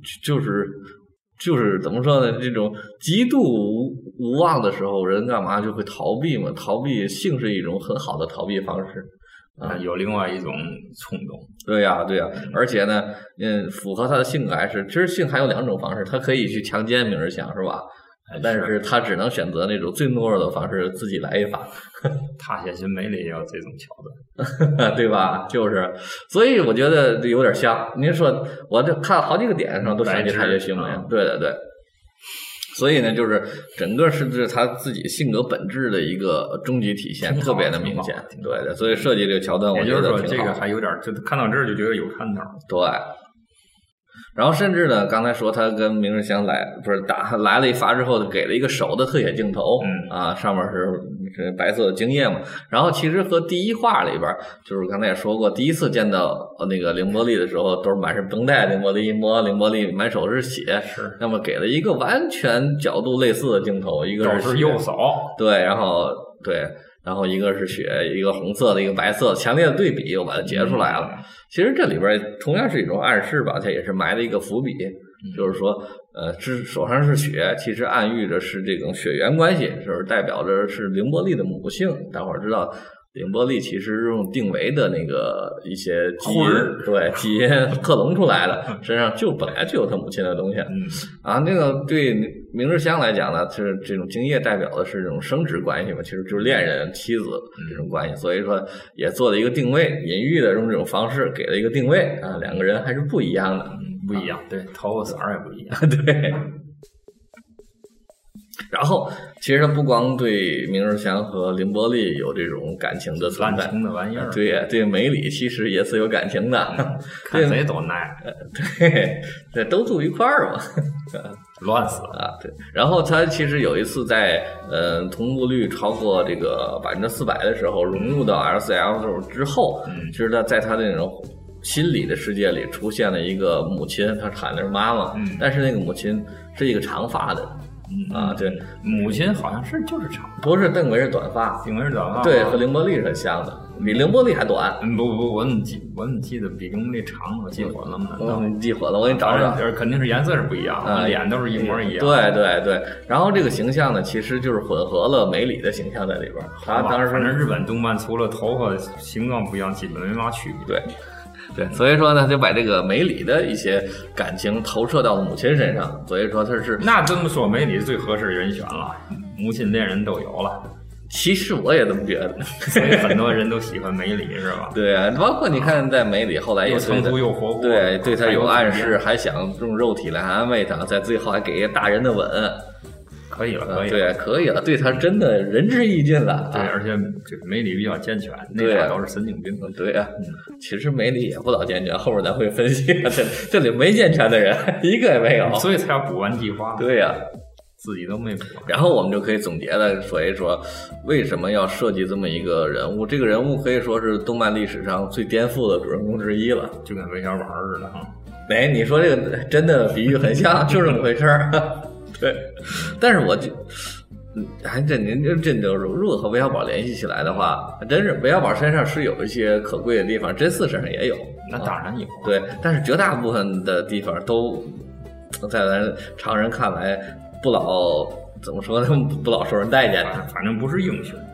就是怎么说呢？这种极度无望的时候，人干嘛就会逃避嘛？逃避性是一种很好的逃避方式。 有另外一种冲动， 对呀，对呀，而且呢，符合他的性格其实性还有两种方式，他可以去强奸明日香，是吧？但是他只能选择那种最懦弱的方式，自己来一发。 踏下心梅里也有这种桥段，对吧？就是，所以我觉得有点像。您说，我这看好几个点上都想起踏下心梅，对对对。所以呢，就是整个是他自己性格本质的一个终极体现，特别的明显。对的，所以设计这个桥段，我觉得挺好。 也就是说，这个还有点，就看到这儿就觉得有看头。 对。然后甚至呢，刚才说他跟明日香来了一发之后，给了一个手的特写镜头，上面是白色的精液嘛。然后其实和第一话里边，就是刚才也说过，第一次见到那个凌波丽的时候，都是满是绷带，凌波丽一摸，凌波丽满手是血， 是。 那么给了一个完全角度类似的镜头，一个是右手， 对，然后一个是血，一个红色的，一个白色，强烈的对比又把它截出来了。其实这里边同样是一种暗示吧，它也是埋了一个伏笔，就是说，手上是血，其实暗喻着是这种血缘关系，就是代表着是凌波丽的母性。大伙儿知道，凌波丽其实用定维的那个一些基因，对基因克隆出来的，身上本来就有他母亲的东西。那个对明日香来讲呢，是这种精液代表的是这种生殖关系嘛，其实就是恋人、妻子这种关系，所以说也做了一个定位，隐喻的用这种方式给了一个定位啊，两个人还是不一样的， 不一样，对，头发色也不一样， 对。然后，其实他不光对明日香和凌波丽有这种感情的存在， 情的玩意儿， 对梅里其实也是有感情的， 看谁多耐， 对，都住一块儿嘛， 乱死啊！对，然后他其实有一次在同步率超过这个400%的时候，融入到 LCL 之后，其实他在他的那种心理的世界里出现了一个母亲，他喊的是妈妈，但是那个母亲是一个长发的。对， 母亲好像就是长， 不是邓为是短发， 邓为是短发， 对，和凌波丽是很像的，比凌波丽还短。 不，我怎么记得比凌波丽长？我记混了吗？ 你记混了，我给你找找。 肯定是颜色是不一样，脸都是一模一样。 对。然后这个形象呢，其实就是混合了梅里的形象在里边。他当时反正日本动漫除了头发形状不一样，基本没嘛区别。 对，所以说呢，就把这个梅里的一些感情投射到了母亲身上，所以说他是那这么说，梅里是最合适的人选了，母亲恋人都有了。 其实我也这么觉得， 所以很多人都喜欢梅里，是吧？ 对啊，包括你看，在梅里后来也成熟又活泼， 对他有暗示，还想用肉体来安慰他，在最后还给一个大人的吻。 可以了， 对，可以了，对他真的仁至义尽了。 对，而且这个梅里比较健全，那俩都是神经病。 对啊，其实梅里也不老健全，后面咱会分析。这里没健全的人，一个也没有， 所以才要补完计划。 对呀， 自己都没补。 然后我们就可以总结的说一说，为什么要设计这么一个人物？这个人物可以说是动漫历史上最颠覆的主人公之一了， 就跟韦小宝似的哈。 你说这个真的比喻很像，就是这么回事儿。对，但是我就，您真的如果和韦小宝联系起来的话，真是韦小宝身上是有一些可贵的地方，真嗣身上也有， 那当然有。 对，但是绝大部分的地方都在咱常人看来不老怎么说呢？不老受人待见， 反正不是英雄。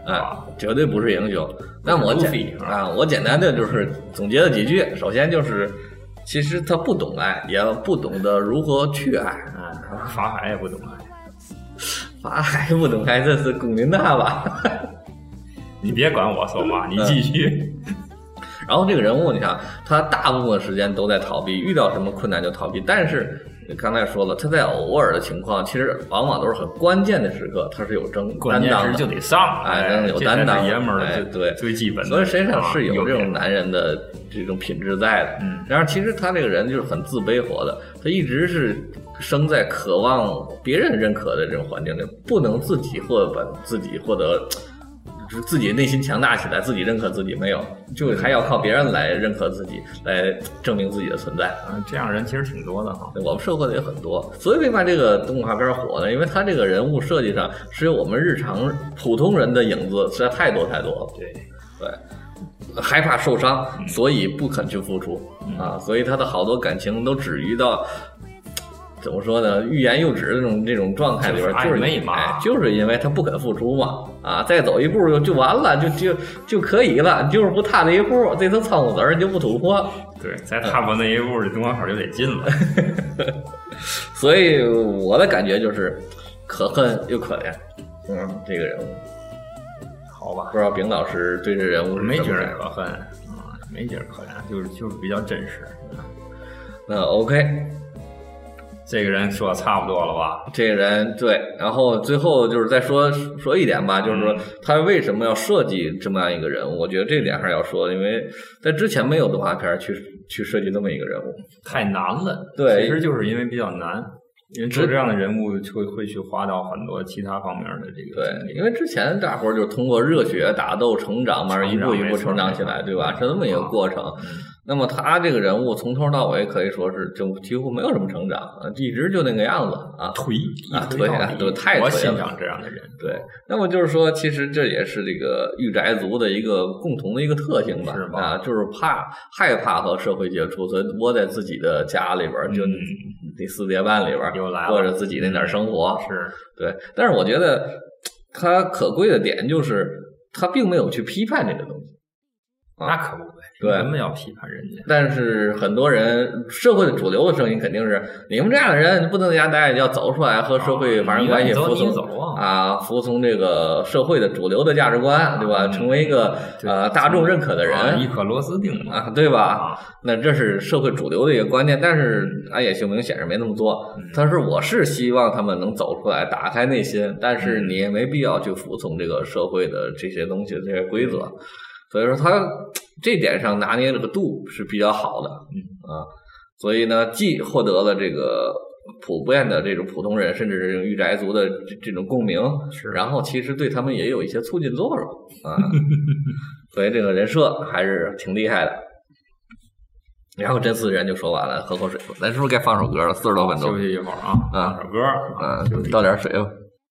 绝对不是英雄。那我简单的就是总结了几句，首先就是其实他不懂爱，也不懂得如何去爱法海也不懂爱， 法海不懂爱，这是龚琳娜吧？ 你别管我说话，你继续。 然后这个人物，你看他大部分时间都在逃避，遇到什么困难就逃避。但是刚才说了，他在偶尔的情况，其实往往都是很关键的时刻，他是有担当的， 就得上， 有担当， 爷们儿的， 对， 最基本的。 所以身上是有这种男人的这种品质在的。然而其实他这个人就是很自卑活的，他一直是生在渴望别人认可的这种环境里，不能自己把自己获得。自己内心强大起来，自己认可自己没有，就还要靠别人来认可自己，来证明自己的存在。 这样人其实挺多的哈， 我们社会的也很多。所以为嘛这个动画片火呢？因为他这个人物设计上是有我们日常普通人的影子，实在太多太多了。对，害怕受伤，所以不肯去付出所以他的好多感情都止于到。怎么说呢？欲言又止的这种状态里边，就是因为他不肯付出嘛再走一步就完了，就可以了，你就是不踏那一步，这层仓库子你就不突破。 对，再踏破那一步，这东方口就得进了。 所以我的感觉就是可恨又可怜。这个人物， 好吧？ 不知道丙老师对这人物没觉得可恨没觉得可怜，就是比较真实。 那 OK。 这个人说差不多了吧？ 这个人对，然后最后就是再说一点吧，就是说他为什么要设计这么样一个人物？我觉得这点还是要说，因为在之前没有动画片去设计这么一个人物， 太难了。 对， 其实就是因为比较难，因为做这样的人物会去花到很多其他方面的这个。 对，因为之前大伙儿就通过热血打斗成长嘛，一步一步成长起来，对吧？是这么一个过程。那么他这个人物从头到尾可以说是就几乎没有什么成长一直就那个样子推都太我欣赏这样的人。 对，那么就是说，其实这也是这个御宅族的一个共同的一个特性吧？ 是吧？ 就是害怕和社会接触，所以窝在自己的家里边，就第四叠半里边过着自己那点生活。 是对，但是我觉得他可贵的点就是他并没有去批判这个东西。 那可不呗， 对， 为什么要批判人家？ 但是很多人，社会的主流的声音肯定是你们这样的人不能在家待，要走出来和社会发生关系，服从这个社会的主流的价值观，对吧？成为一个大众认可的人， 一颗螺丝钉对吧？那这是社会主流的一个观念，但是安野秀明显然没那么做。我是希望他们能走出来，打开内心，但是你也没必要去服从这个社会的这些东西、这些规则。所以说他这点上拿捏这个度是比较好的所以呢既获得了这个普遍的这种普通人甚至这种御宅族的这种共鸣，然后其实对他们也有一些促进作用所以这个人设还是挺厉害的。然后这次人就说完了，喝口水吧，咱是不是该放首歌了？40多分钟， 休息一会儿放首歌倒点水吧。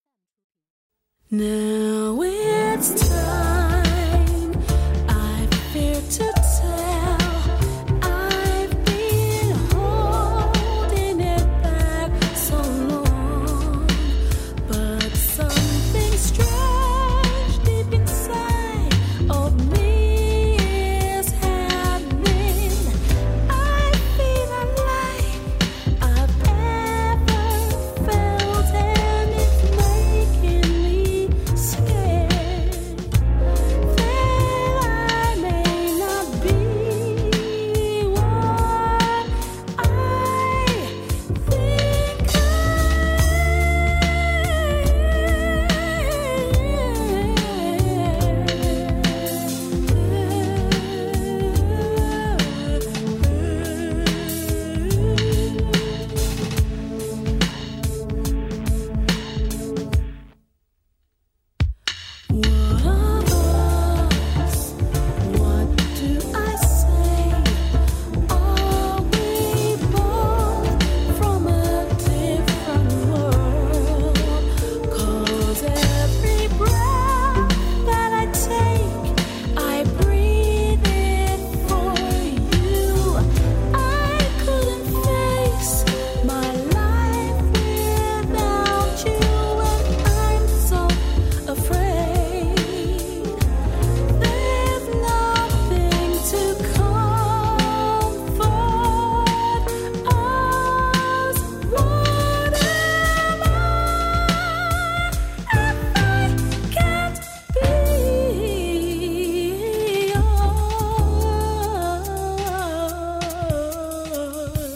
Now it's time to tell, I've been holding it back so long, but something strange deep inside of me is happening. I feel unlike I've ever felt, and it's making me scared.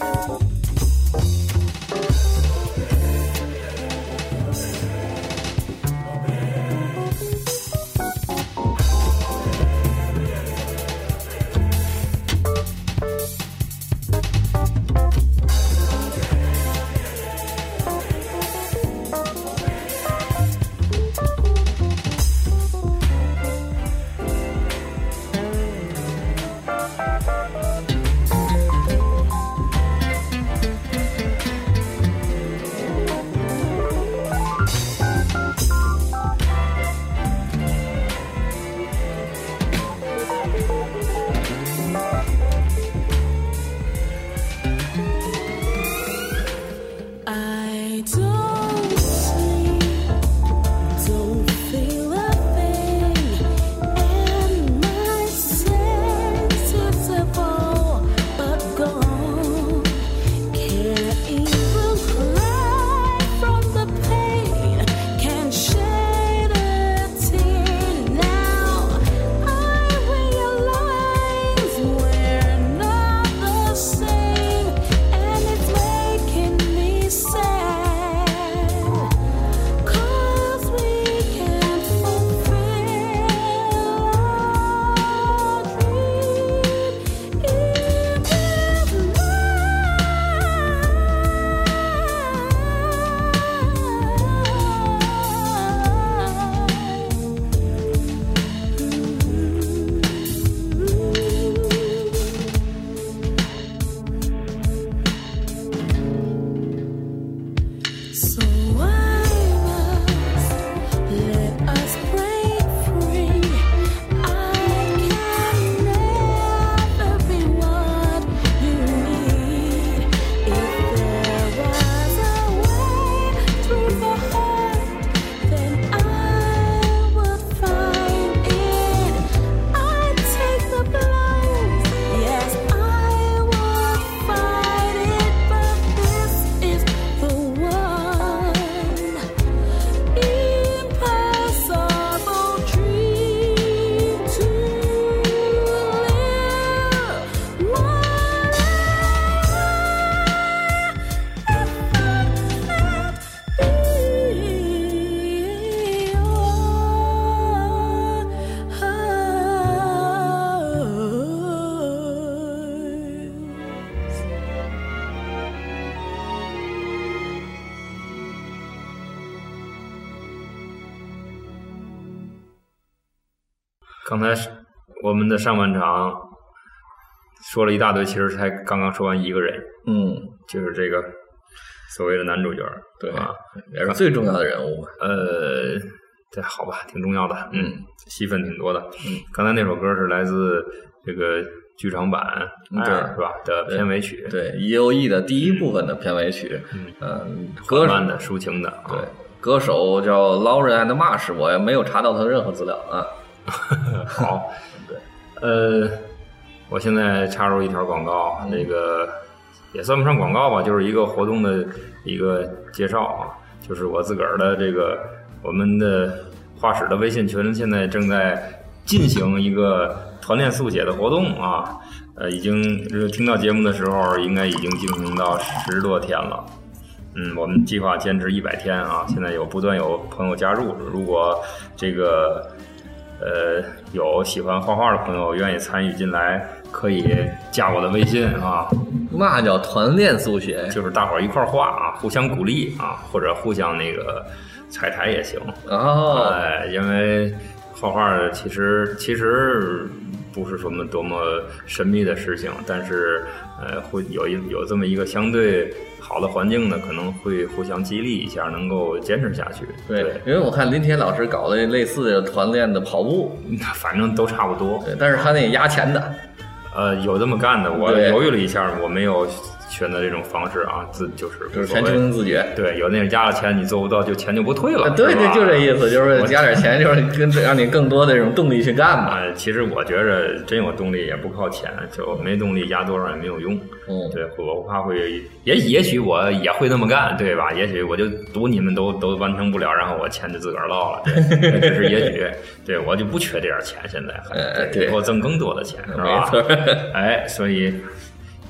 I don't see, don't feel a thing, and my senses have all but gone. Can't even cry from the pain, can't shed a tear. Now I realize we're not the same, and it's making me sad, 'cause we can't fulfill our dream in this So I must let us break free. I can never be what you need. If there was a way through the heart, then I would find it. I'd take the blows, yes, I would fight it, but this is the one impossible dream to live. What 刚才我们的上半场说了一大堆，其实才刚刚说完一个人，就是这个所谓的男主角， 对啊， 也是最重要的人物。 对，好吧，挺重要的，戏份挺多的。刚才那首歌是来自这个剧场版， 对是吧？的片尾曲， 对 EOE 的第一部分的片尾曲， 缓慢的、抒情的， 对，歌手叫 Lauren and Marsh， 我也没有查到他的任何资料啊。 好，对，我现在插入一条广告，那个也算不上广告吧，就是一个活动的一个介绍啊，就是我自个儿的这个我们的画室的微信群现在正在进行一个团练速写的活动啊，已经听到节目的时候应该已经进行到10多天了。我们计划坚持100天啊，现在不断有朋友加入，如果这个有喜欢画画的朋友愿意参与进来，可以加我的微信啊。 那叫团练速写， 就是大伙儿一块儿画啊，互相鼓励啊，或者互相那个踩台也行。因为画画其实不是什么多么神秘的事情，但是会有这么一个相对好的环境呢，可能会互相激励一下，能够坚持下去。对， 因为我看林铁老师搞的类似的团练的跑步， 反正都差不多。 对，但是他那压钱的， 有这么干的，我犹豫了一下，我没有选择这种方式啊，就是全凭自觉。 对，有那人加了钱，你做不到，就钱就不退了。 对，就这意思，就是加点钱，就是让你更多的这种动力去干嘛。 其实我觉着真有动力也不靠钱，就没动力压多少也没有用。对，我怕会，也许我也会那么干，对吧？也许我就赌你们都完成不了，然后我钱就自个儿落了。对，只是也许，对我就不缺这点钱，现在对，我挣更多的钱，是吧？ 没错。 所以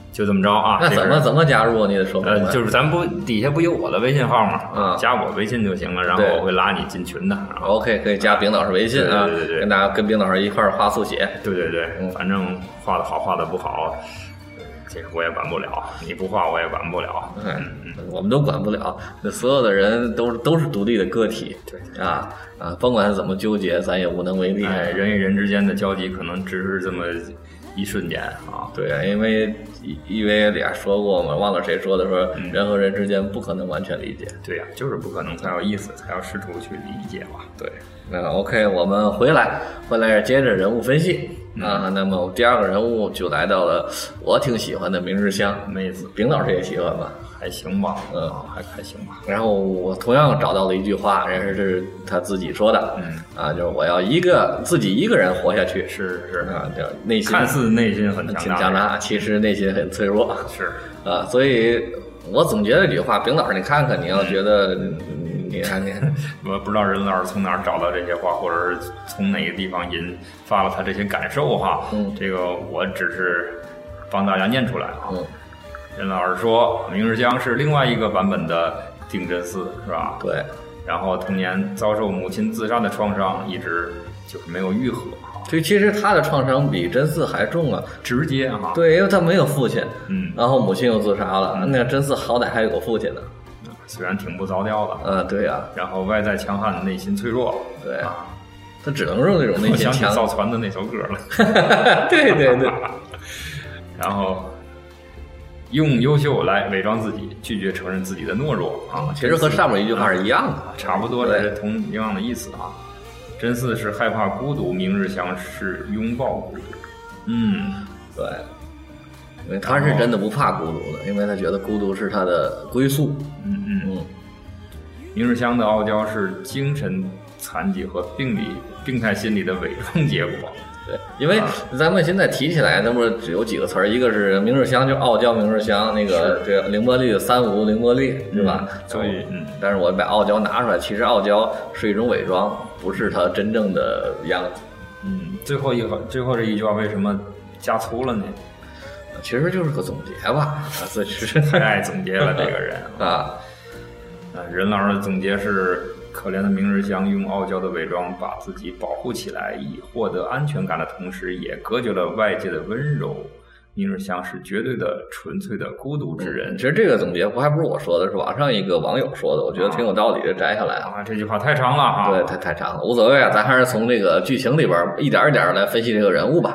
就这么着啊。 那怎么加入？你得说明白。 就是咱不底下不有我的微信号吗？ 嗯， 加我微信就行了，然后我会拉你进群的。 OK， 可以加丙老师微信啊， 对， 跟大家跟丙老师一块儿画速写。 对，反正画的好画的不好，这个我也管不了，你不画我也管不了。 我们都管不了，那所有的人都是独立的个体。对啊，甭管他怎么纠结，咱也无能为力。 人与人之间的交集可能只是这么一瞬间啊。 对啊，因为俩说过嘛，忘了谁说的，说人和人之间不可能完全理解。 对呀，就是不可能才有意思，才要试图去理解嘛。 对，那 OK， 我们回来接着人物分析啊。那么第二个人物就来到了我挺喜欢的明日香妹子， 丙老师也喜欢吧？ 还行吧，还行吧。 然后我同样找到了一句话，这是他自己说的，就是我要自己一个人活下去。 是啊，这内心看似内心很强大，其实内心很脆弱。 是啊，所以我总结了这句话，丙老师你看看，你要觉得你我不知道任老师从哪儿找到这些话，或者是从哪个地方引发了他这些感受哈。这个我只是帮大家念出来啊。任老师说，明日香是另外一个版本的丁真寺，是吧？ 对。 然后童年遭受母亲自杀的创伤，一直就是没有愈合。 所以其实他的创伤比真寺还重啊， 直接哈。 对，因为他没有父亲，然后母亲又自杀了，那真寺好歹还有个父亲呢。 虽然挺不着调的， 对呀。 然后外在强悍，内心脆弱， 对啊，他只能用这种内心强。 我想起造船的那首歌了。 对。 然后用优秀来伪装自己，拒绝承认自己的懦弱啊。 其实和上面一句话是一样的， 差不多是同样的意思啊。真嗣是害怕孤独，明日香是拥抱孤独。 对，因为他是真的不怕孤独的，因为他觉得孤独是他的归宿。 明日香的傲娇是精神残疾和病态心理的伪装结果。 对，因为咱们现在提起来，那么只有几个词儿，一个是明日香，就傲娇明日香，那个这凌波丽的三无凌波丽，是吧？ 所以但是我把傲娇拿出来，其实傲娇是一种伪装，不是他真正的样子。 最后这一句话为什么加粗了呢？ 其实就是个总结吧，这是太爱总结了这个人啊。 任老师的总结是：可怜的明日香用傲娇的伪装把自己保护起来，以获得安全感的同时，也隔绝了外界的温柔。明日香是绝对的、纯粹的孤独之人。 其实这个总结还不是我说的，是网上一个网友说的，我觉得挺有道理的，摘下来啊。这句话太长了哈。 对，太长了，无所谓啊，咱还是从这个剧情里边一点一点来分析这个人物吧。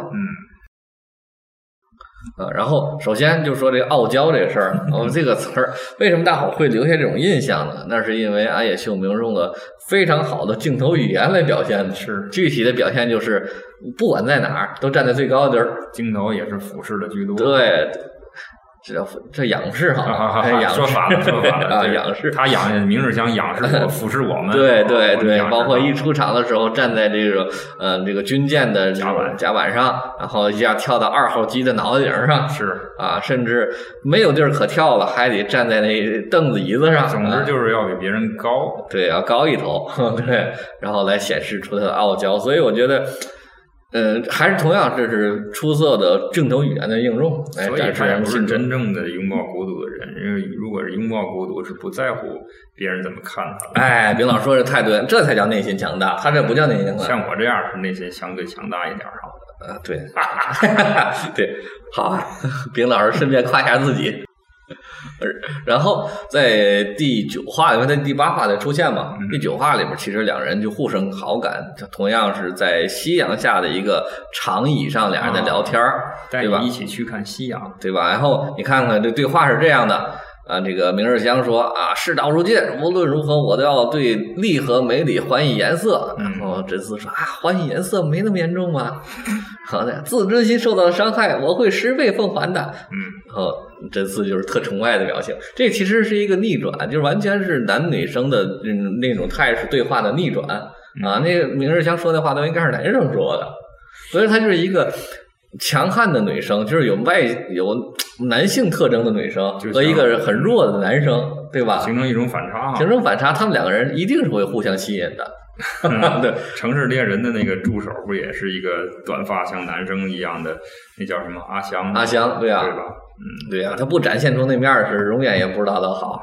然后首先就说这个傲娇这个事儿，这个词儿为什么大伙会留下这种印象呢？那是因为安野秀明用了非常好的镜头语言来表现的， 是具体的表现就是不管在哪儿都站在最高的地儿， 镜头也是俯视的居多。 对。这仰视哈， 说反了啊，仰视。 他明日香仰视我，俯视我们。 对，包括一出场的时候，站在这个军舰的甲板上，然后一下跳到2号机的脑袋顶上， 是啊，甚至没有地儿可跳了，还得站在那凳子椅子上。 总之就是要比别人高， 对，要高一头，对，然后来显示出他的傲娇。所以我觉得。还是同样，这是出色的镜头语言的应用。 所以他也不是真正的拥抱孤独的人，因为如果是拥抱孤独，是不在乎别人怎么看他。 丙老说的太对，这才叫内心强大。他这不叫内心强大。 像我这样是内心相对强大一点哈。 对，对，好，丙老师顺便夸一下自己。然后在第9话，因为在第8话的出现嘛，第9话里边其实两人就互生好感，同样是在夕阳下的一个长椅上，俩人在聊天，对吧？ 一起去看夕阳， 对吧？然后你看看这对话是这样的。这个明日香说事到如今，无论如何我都要对力和美里还以颜色。然后真嗣说还以颜色没那么严重吗？好的，自尊心受到了伤害，我会10倍奉还的。然后真嗣就是特宠爱的表情，这其实是一个逆转，就是完全是男女生的那种态势对话的逆转那个明日香说的话都应该是男生说的，所以他就是一个强悍的女生，就是有男性特征的女生和一个很弱的男生，对吧？ 形成一种反差， 他们两个人一定是会互相吸引的。 对， 城市猎人的那个助手不也是一个短发像男生一样的，那叫什么阿香？ 阿香，对啊， 对吧？ 对呀，他不展现出那面儿是永远也不知道他好。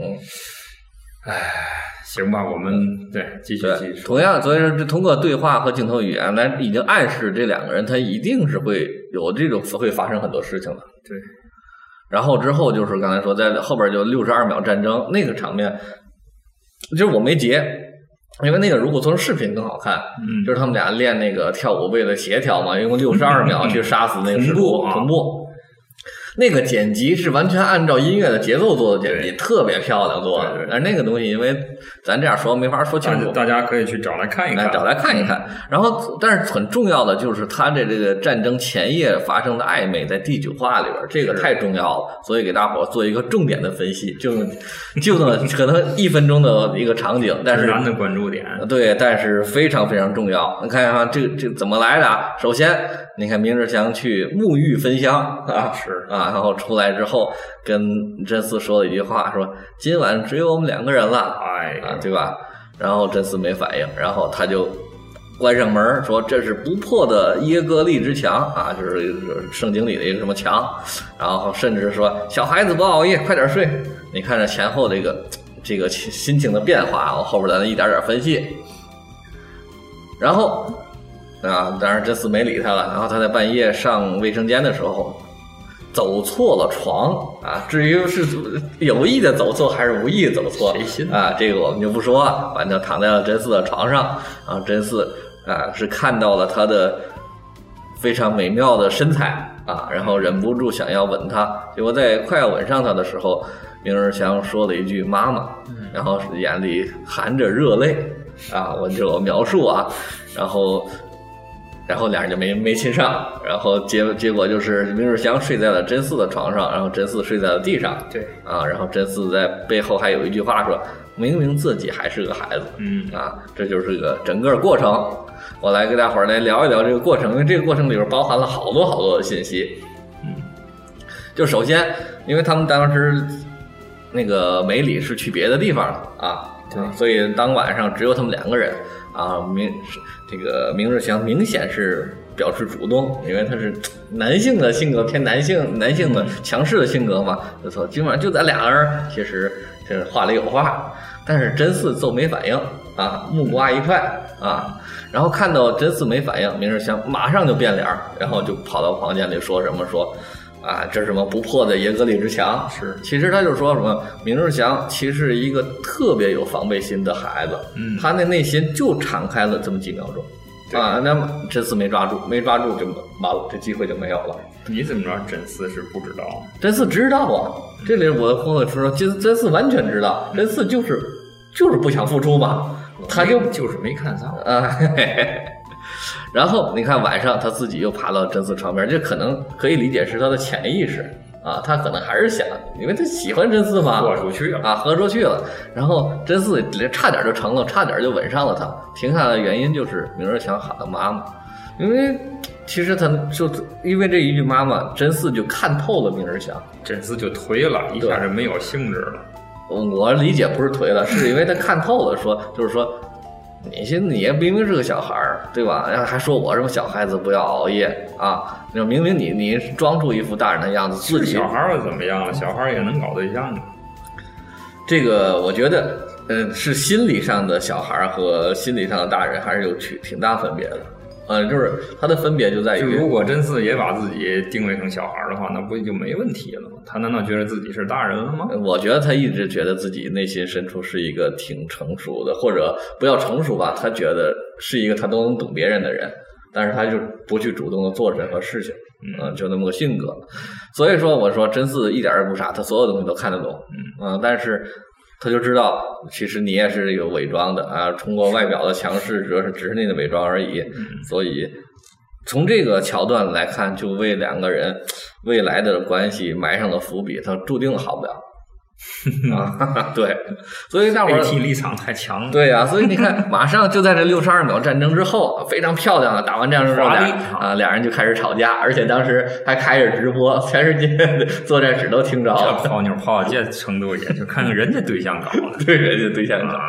行吧，我们对继续同样，所以说这通过对话和镜头语言来已经暗示这两个人他一定是会有这种会发生很多事情的。 对， 然后之后就是刚才说在后边就62秒战争那个场面，就是我没截，因为那个如果做成视频更好看。就是他们俩练那个跳舞为了协调嘛，用62秒去杀死那个使徒同步。那个剪辑是完全按照音乐的节奏做的剪辑，特别漂亮做的。但是那个东西，因为咱这样说没法说清楚， 大家可以去找来看一看， 找来看一看。然后，但是很重要的就是他这个战争前夜发生的暧昧，在第9话里边，这个太重要了，所以给大伙做一个重点的分析，就这么可能1分钟的一个场景，但是难的关注点， 对，但是非常非常重要。你看看这怎么来的？首先，你看明日祥去沐浴焚香啊， 是啊。然后出来之后，跟真嗣说了一句话，说今晚只有我们2个人了，对吧？然后真嗣没反应，然后他就关上门说这是不破的耶格利之墙啊，就是圣经里的一个什么墙。然后甚至说小孩子不熬夜，快点睡。你看这前后这个心情的变化，我后边咱一点点分析。然后当然真嗣没理他了。然后他在半夜上卫生间的时候，走错了床啊！至于是有意的走错还是无意的走错， 谁信啊？这个我们就不说了。反正躺在了真嗣的床上，然后真嗣是看到了他的非常美妙的身材啊，然后忍不住想要吻他。结果在快要吻上他的时候，明日祥说了一句“妈妈”，然后眼里含着热泪啊，我描述啊，然后俩人就没亲上，然后结果就是明日祥睡在了真嗣的床上，然后真嗣睡在了地上。 对啊，然后真嗣在背后还有一句话说：“明明自己还是个孩子。”这就是个整个过程。我来给大伙儿来聊一聊这个过程，因为这个过程里边包含了好多的信息。就首先，因为他们当时那个梅里是去别的地方了啊，所以当晚上只有他们2个人啊。这个明日祥明显是表示主动，因为他是男性的性格偏男性的强势的性格嘛。没错，基本上就咱俩人，其实这话里有话。但是真嗣就没反应啊，木瓜一块啊。然后看到真嗣没反应，明日祥马上就变脸，然后就跑到房间里说什么这是什么不破的耶格利之墙？是，其实他就说什么明日祥其实是一个特别有防备心的孩子，他那内心就敞开了这么几秒钟啊。那么真嗣没抓住就完了，这机会就没有了。 你怎么知道真嗣是不知道？ 真嗣知道啊，这里我会说真嗣完全知道，真嗣就是不想付出嘛，他就是没看上啊。然后你看晚上他自己又爬到真嗣床边，这可能可以理解是他的潜意识啊，他可能还是想，因为他喜欢真嗣嘛， 豁出去了。 然后真嗣差点就成了，差点就吻上了他。停下来的原因就是明日祥喊了妈妈，因为其实他就因为这一句妈妈，真嗣就看透了明日祥， 真嗣就颓了一下，就没有兴致了。 我理解不是颓了，是因为他看透了，就是说。你也明明是个小孩儿，对吧？然后还说我什么小孩子不要熬夜啊？明明你装出一副大人的样子，自己小孩儿又怎么样了？小孩儿也能搞对象的。 这个我觉得，是心理上的小孩和心理上的大人还是有挺大分别的。就是他的分别就在于， 如果真嗣也把自己定位成小孩的话，那不就没问题了吗？他难道觉得自己是大人了吗？ 我觉得他一直觉得自己内心深处是一个挺成熟的，或者不要成熟吧，他觉得是一个他都能懂别人的人，但是他就不去主动的做任何事情，就那么个性格。所以说我说真嗣一点也不傻，他所有东西都看得懂，但是他就知道，其实你也是有伪装的啊，通过外表的强势，只是你的伪装而已。所以从这个桥段来看，就为2个人未来的关系埋上了伏笔，他注定好不了。对，所以大伙儿立场太强了。 对呀，所以你看，马上就在这62秒战争之后，非常漂亮的打完战争之后，俩人就开始吵架，而且当时还开着直播，全世界的作战室都听着了。 这泡妞泡到这程度，也就看看人家对象搞的， 对人家对象搞。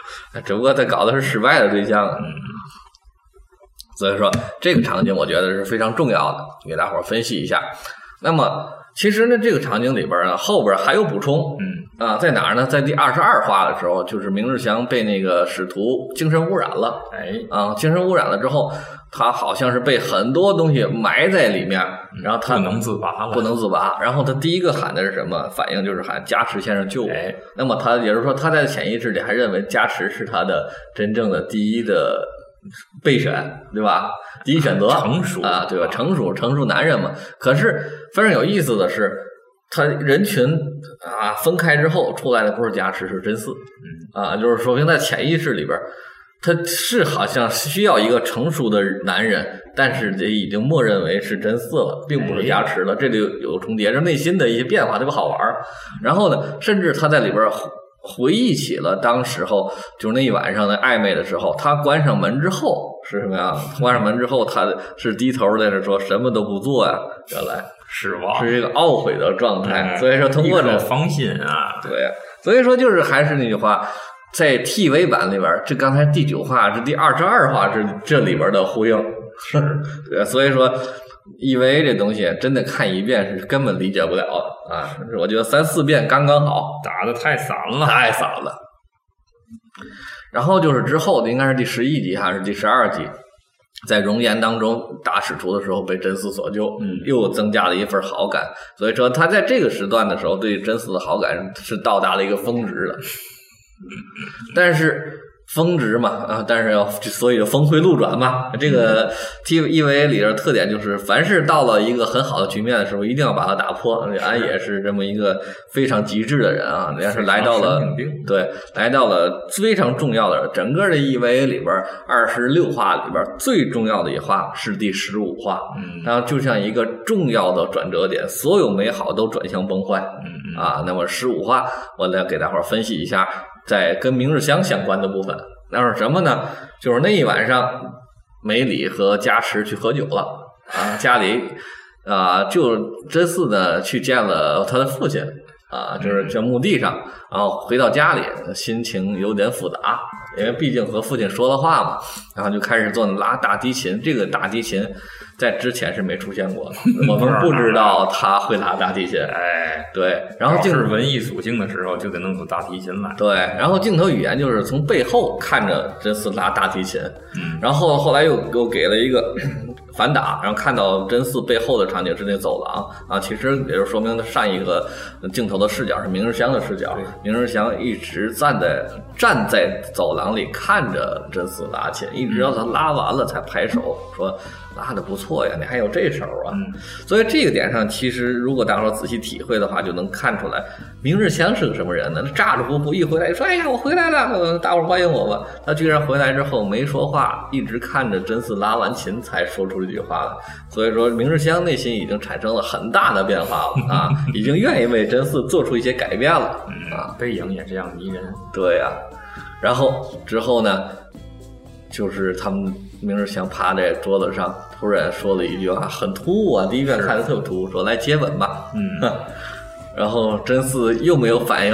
只不过他搞的是失败的对象。所以说这个场景我觉得是非常重要的，给大伙儿分析一下。那么其实呢，这个场景里边呢，后边还有补充，在哪儿呢？在第22话的时候，就是明日香被那个使徒精神污染了，精神污染了之后，他好像是被很多东西埋在里面，然后他不能自拔， 然后他第一个喊的是什么？反应就是喊加持先生救我。那么他也就是说，他在潜意识里还认为加持是他的真正的第一的备选，对吧？第一选择， 成熟啊，对吧？成熟男人嘛。可是非常有意思的是，他人群啊分开之后出来的不是加持，是真嗣，就是说明在潜意识里边，他是好像需要一个成熟的男人，但是这已经默认为是真嗣了，并不是加持了。这里有重叠，这内心的一些变化特别好玩。然后呢，甚至他在里边回忆起了当时候就是那一晚上的暧昧的时候，他关上门之后是什么呀？关上门之后，他是低头在这说什么都不做呀，原来失望， 是一个懊悔的状态。所以说通过这芳心啊， 对呀，所以说就是还是那句话，在 TV 版里边，这刚才第9话，这第22话这里边的呼应，对，所以说。EVA 这东西真的看一遍是根本理解不了的啊！我觉得3、4遍刚刚好， 打得太散了。 然后就是之后的应该是第11集还是第12集，在熔岩当中打使徒的时候被真嗣所救，又增加了一份好感。所以说他在这个时段的时候对真嗣的好感是到达了一个峰值的，但是。峰值嘛，但是所以就峰回路转嘛。这个 EVA 里的特点就是，凡是到了一个很好的局面的时候，一定要把它打破。俺也是这么一个非常极致的人啊，人家是来到了非常重要的整个的 EVA 里边26话里边最重要的一话是第15话，然后就像一个重要的转折点，所有美好都转向崩坏那么15话我来给大伙儿分析一下。在跟明日香相关的部分，那是什么呢？就是那一晚上，梅里和加持去喝酒了家里就真嗣呢去见了他的父亲就是在墓地上，然后回到家里，心情有点复杂，因为毕竟和父亲说了话嘛，然后就开始做拉大提琴。这个大提琴在之前是没出现过的，我们不知道他会拉大提琴。对，然后是文艺属性的时候就得弄出大提琴来。 对，然后镜头语言就是从背后看着真嗣拉大提琴，然后后来又给了一个反打，然后看到真嗣背后的场景是那走廊其实也就说明上一个镜头的视角是明日香的视角，明日香一直站在走廊里看着真嗣拉琴，一直到他拉完了才拍手说拉的不错呀，你还有这手啊。所以这个点上其实如果大伙仔细体会的话，就能看出来明日香是个什么人呢？咋咋呼呼一回来说哎呀我回来了，大伙欢迎我吧。他居然回来之后没说话，一直看着真嗣拉完琴才说出这句话来。所以说明日香内心已经产生了很大的变化了已经愿意为真嗣做出一些改变了背影也这样迷人。 对然后之后呢，就是他们明日香趴在桌子上突然说了一句话很突兀第一遍看着特别突兀，说来接吻吧然后真嗣又没有反应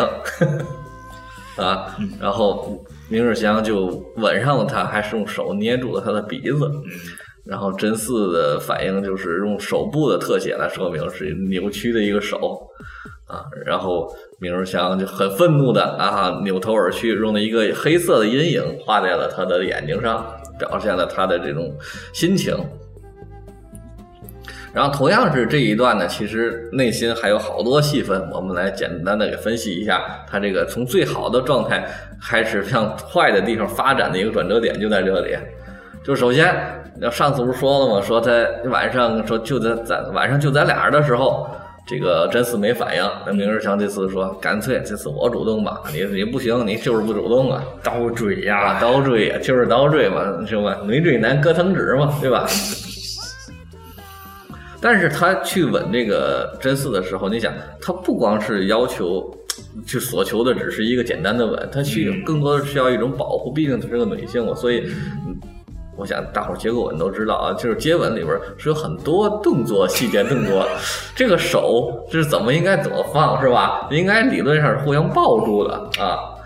然后明日香就吻上了他，还是用手捏住了他的鼻子然后真嗣的反应就是用手部的特写来说明是扭曲的一个手然后明日香就很愤怒的扭头而去，用了一个黑色的阴影画在了他的眼睛上，表现了他的这种心情。然后同样是这一段呢，其实内心还有好多细分，我们来简单的给分析一下他这个从最好的状态开始向坏的地方发展的一个转折点就在这里。就首先上次不是说了吗，说在晚上说晚上就咱俩人的时候，这个真嗣没反应，那明日香这次说干脆这次我主动吧，你不行，你就是不主动刀追呀刀追呀，就是刀追嘛，是吧？女追男隔层纸嘛，对吧？但是他去吻这个真嗣的时候，你想他不光是要求去所求的只是一个简单的吻，他更多的需要一种保护，毕竟她是个女性嘛，所以我想大伙儿接过吻都知道就是接吻里边是有很多动作细节动作，这个手是应该怎么放是吧？应该理论上是互相抱住的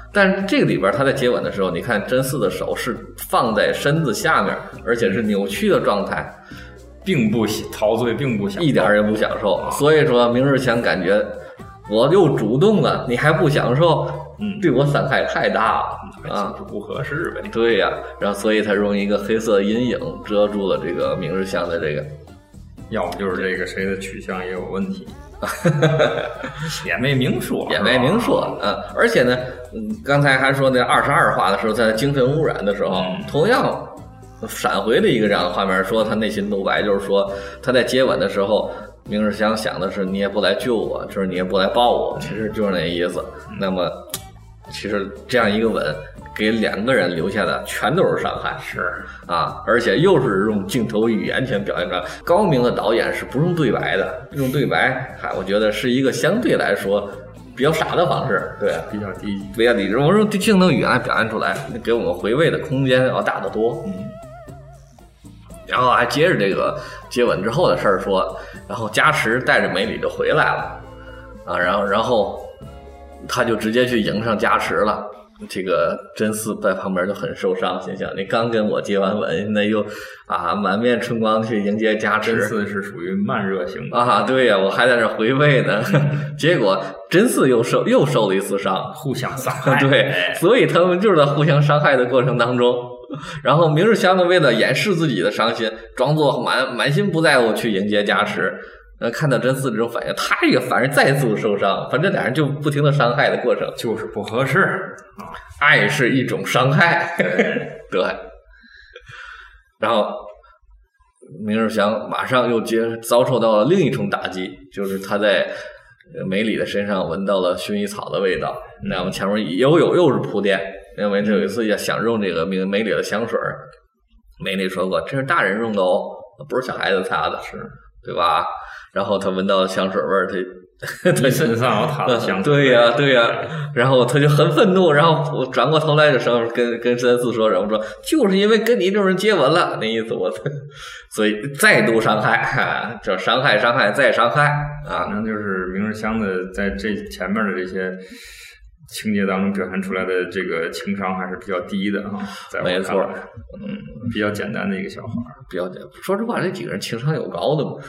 但是这个里边他在接吻的时候，你看真嗣的手是放在身子下面，而且是扭曲的状态， 并不陶醉，并不享受， 一点也不享受。所以说明日香感觉我又主动了，你还不享受，对我伤害太大了啊， 就是不合适呗。 对呀，然后所以他用一个黑色阴影遮住了这个明日香的这个， 要不就是这个谁的取向也有问题。也没明说， 而且呢，刚才还说那22话的时候，在精神污染的时候，同样闪回了一个这样的画面，说他内心独白，就是说他在接吻的时候，明日香想的是你也不来救我，就是你也不来抱我，其实就是那意思。那么，其实这样一个吻，给两个人留下的全都是伤害， 是啊，而且又是用镜头语言全表现出来。高明的导演是不用对白的，用对白，我觉得是一个相对来说比较傻的方式，对， 比较低， 比较理智。我说镜头语言来表现出来，给我们回味的空间要大得多。然后还接着这个接吻之后的事儿说，然后加持带着美里就回来了，啊，然后他就直接去迎上加持了。这个真嗣在旁边就很受伤，心想你刚跟我接完吻，那又满面春光去迎接加持。 真嗣是属于慢热型的啊，对呀，我还在这回味呢，结果真嗣又受了一次伤， 互相伤害。 对，所以他们就是在互相伤害的过程当中。然后明日香呢，为了掩饰自己的伤心，装作满心不在乎去迎接加持。看到真嗣这种反应，他也反而再次受伤，反正两人就不停的伤害的过程， 就是不合适。 爱是一种伤害，对。然后明日香马上又遭受到了另一重打击，就是他在美里的身上闻到了薰衣草的味道。那么前面又是铺垫，因为这有一次也想用这个美里的香水，美里说过这是大人用的哦，不是小孩子擦的，是对吧？然后他闻到香水味儿， 他身上有他的香水。 对呀，然后他就很愤怒，然后我转过头来的时候跟真嗣说什么，说就是因为跟你这种人接吻了，那意思所以再度伤害，这伤害再伤害啊， 反正就是明日香的在这前面的这些情节当中表现出来的这个情商还是比较低的啊， 没错， 比较简单的一个小孩， 比较简单。说实话，这几个人情商有高的吗？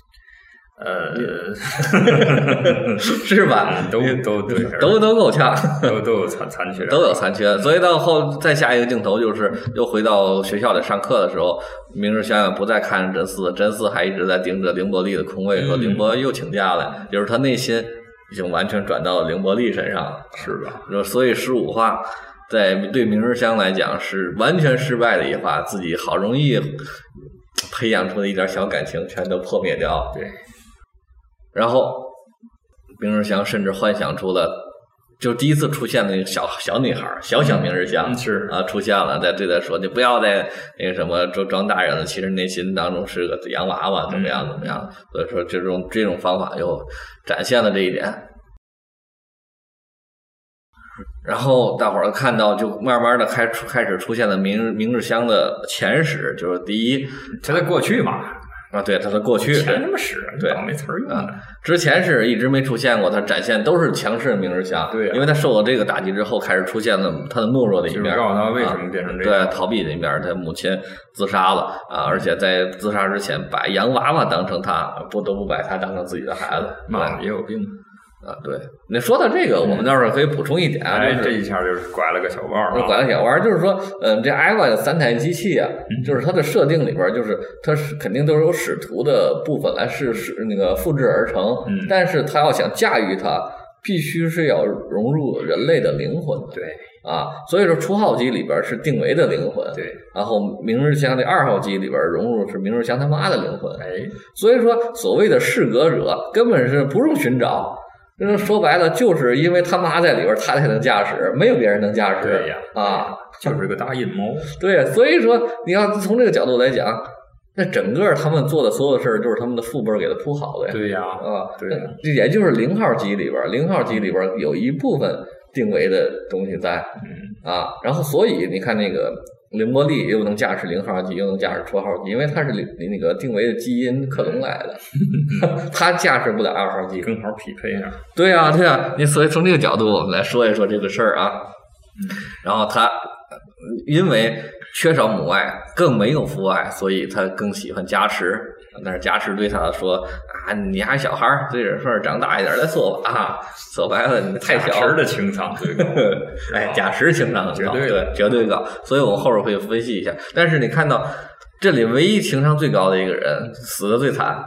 是吧？ 都够呛， 都有残缺， 都有残缺。所以到再下一个镜头就是又回到学校里上课的时候，明日香不再看着真嗣还一直在盯着凌波丽的空位，说凌波又请假了，就是他内心已经完全转到了凌波丽身上了， 是吧？ 所以15话对明日香来讲是完全失败的一话，自己好容易培养出的一点小感情全都破灭掉。 对。然后明日香甚至幻想出了，就第一次出现的那个小女孩，小明日香是出现了，对他说你不要再那个什么装大人了，其实内心当中是个洋娃娃，怎么样，所以说这种方法又展现了这一点。然后大伙儿看到，就慢慢的开始出现了明日香的前史，就是第一， 他在过去嘛。 对，他的过去前什么史？ 对， 没词儿用的。 之前是一直没出现过，他展现都是强势的明日香。 对， 因为他受了这个打击之后，开始出现了他的懦弱的一面。 告诉他为什么变成这样？ 对，逃避的一面，他母亲自杀了而且在自杀之前把洋娃娃当成他，不得不把他当成自己的孩子。 妈也有病。 对，你说到这个，我们倒是可以补充一点， 这一下就是拐了个小弯拐了小弯，就是说，这艾娃的3台机器啊，就是它的设定里边，就是它是肯定都是由使徒的部分来是那个复制而成，但是它要想驾驭它，必须是要融入人类的灵魂的。 对所以说初号机里边是定维的灵魂， 对， 然后明日香的2号机里边融入是明日香他妈的灵魂，所以说所谓的适格者根本是不用寻找。说白了，就是因为他妈在里边，他才能驾驶，没有别人能驾驶。 对呀，就是个大阴谋。 对，所以说你要从这个角度来讲，那整个他们做的所有事儿，就是他们的父辈给他铺好的呀。 对呀， 对，也就是0号机里边有一部分定维的东西在，然后所以你看那个凌波丽又能驾驶0号机，又能驾驶初号机，因为它是那个定维的基因克隆来的，他驾驶不了2号机， 正好匹配啊。 对啊，你所以从这个角度我们来说一说这个事儿啊。 然后他因为缺少母爱，更没有父爱，所以他更喜欢加持。但是加持对他说啊，你还小孩儿，这点事儿长大一点再说吧啊。说白了，你太小。 加持的情商最高， 哎，加持情商很高， 对， 绝对高。所以我后边会分析一下。但是你看到这里唯一情商最高的一个人死的最惨，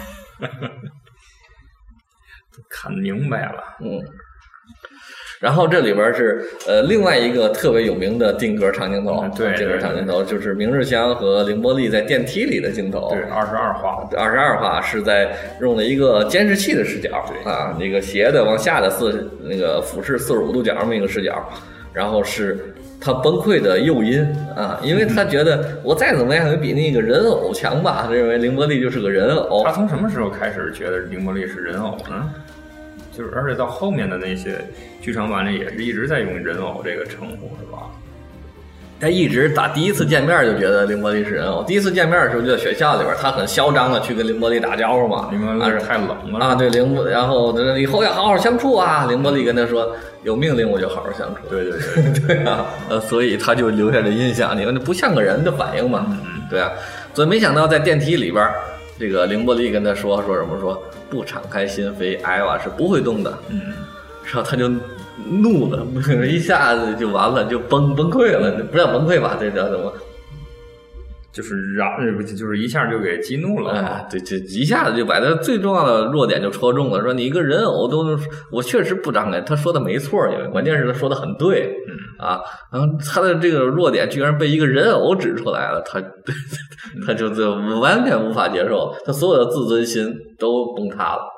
看明白了， 然后这里边是另外一个特别有名的定格长镜头， 对， 定格长镜头就是明日香和凌波丽在电梯里的镜头， 对，22 画是在用了一个监视器的视角啊，那个斜的往下的那个俯视45度角那么一个视角，然后是他崩溃的诱因啊，因为他觉得我再怎么样也比那个人偶强吧，认为凌波丽就是个人偶。 他从什么时候开始觉得凌波丽是人偶呢？就是而且到后面的那些剧场版里也是一直在用人偶这个称呼，是吧？ 他一直打第一次见面就觉得凌波丽是人偶。第一次见面的时候就在学校里边，他很嚣张的去跟凌波丽打招呼嘛。 凌波丽太冷了啊，对然后以后要好好相处啊。凌波丽跟他说，有命令我就好好相处。 对对啊，所以他就留下了印象，你看这不像个人的反应嘛。对啊，所以没想到在电梯里边，这个凌波丽跟他说什么，说不敞开心扉，艾娃是不会动的。然后他就怒了，一下子就完了，就崩溃了，不叫崩溃吧？这叫什么？ 就是就是一下就给激怒了。 哎，对，这一下子就把他最重要的弱点就戳中了。说你一个人偶都能，我确实不敞开。他说的没错，因为关键是他说的很对。啊，然后他的这个弱点居然被一个人偶指出来了，他就完全无法接受，他所有的自尊心都崩塌了。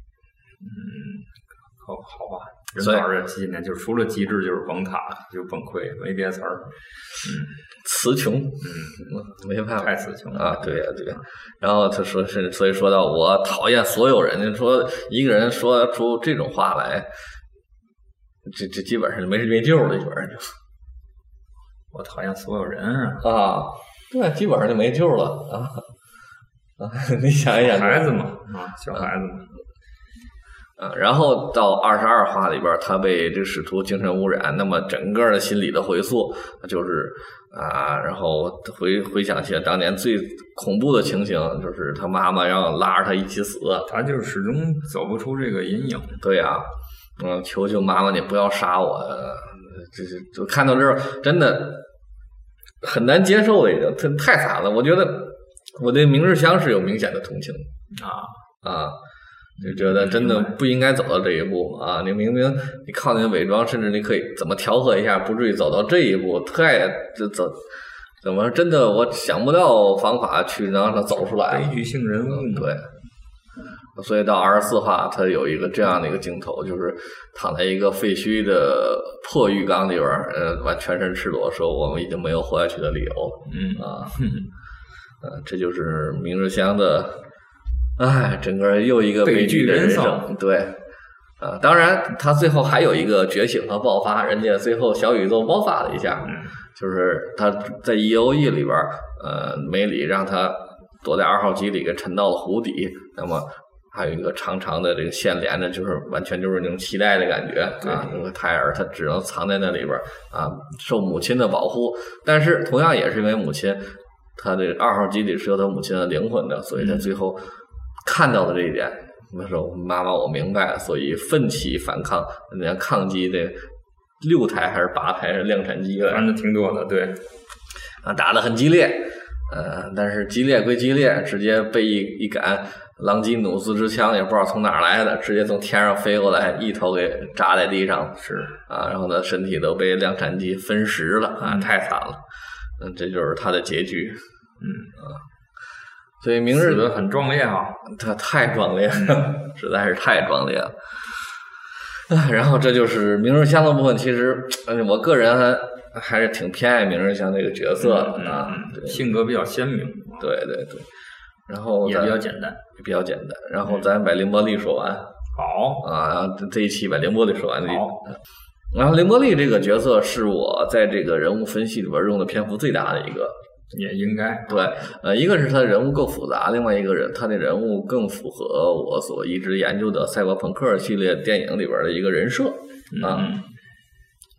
好吧，人玩的今年就除了极致就是崩塌，就崩溃，没别的词儿。 词穷，没办法， 太词穷啊，对呀。然后他说是，所以说到我讨厌所有人，说一个人说出这种话来，这基本上没救了，基本上就。 我讨厌所有人啊，对，基本上就没救了啊！你想一想， 孩子嘛，小孩子嘛。 然后到22话里边，他被这个使徒精神污染，那么整个的心理的回溯就是然后回想起来当年最恐怖的情形，就是他妈妈要拉着他一起死， 他就始终走不出这个阴影。 对啊，求求妈妈你不要杀我，就看到这儿真的很难接受了，已经太惨了。我觉得我对明日香是有明显的同情就觉得真的不应该走到这一步啊！你明明你靠你的伪装，甚至你可以怎么调和一下，不至于走到这一步。怎么真的我想不到方法去让他走出来。 悲剧性人物， 对。所以到24话，他有一个这样的一个镜头，就是躺在一个废墟的破浴缸里边，完全身赤裸，说我们已经没有活下去的理由。这就是明日香的。整个又一个悲剧的人生，对，当然他最后还有一个觉醒和爆发，人家最后小宇宙爆发了一下，就是他在 EOE 里边，梅里让他躲在2号机里给沉到了湖底，那么还有一个长长的这个线连着，就是完全就是那种期待的感觉那个胎儿他只能藏在那里边受母亲的保护，但是同样也是因为母亲，他这2号机里是有他母亲的灵魂的，所以他最后看到的这一点，他说妈妈我明白了，所以奋起反抗，人家抗击这6台还是8台量产机了， 反正挺多的，对， 打得很激烈，但是激烈归激烈，直接被一杆朗基努斯之枪也不知道从哪儿来的，直接从天上飞过来，一头给扎在地上，然后呢身体都被量产机分食了太惨了，这就是他的结局，所以明日死得很壮烈他太壮烈了，实在是太壮烈了。然后这就是明日香的部分，其实我个人还是挺偏爱明日香这个角色的性格比较鲜明， 对，然后也比较简单， 然后咱把凌波丽说完， 好这一期把凌波丽说完， 好。 然后凌波丽这个角色是我在这个人物分析里边用的篇幅最大的一个。 也应该对，一个是他的人物够复杂，另外一个人他的人物更符合我所一直研究的赛博朋克系列电影里边的一个人设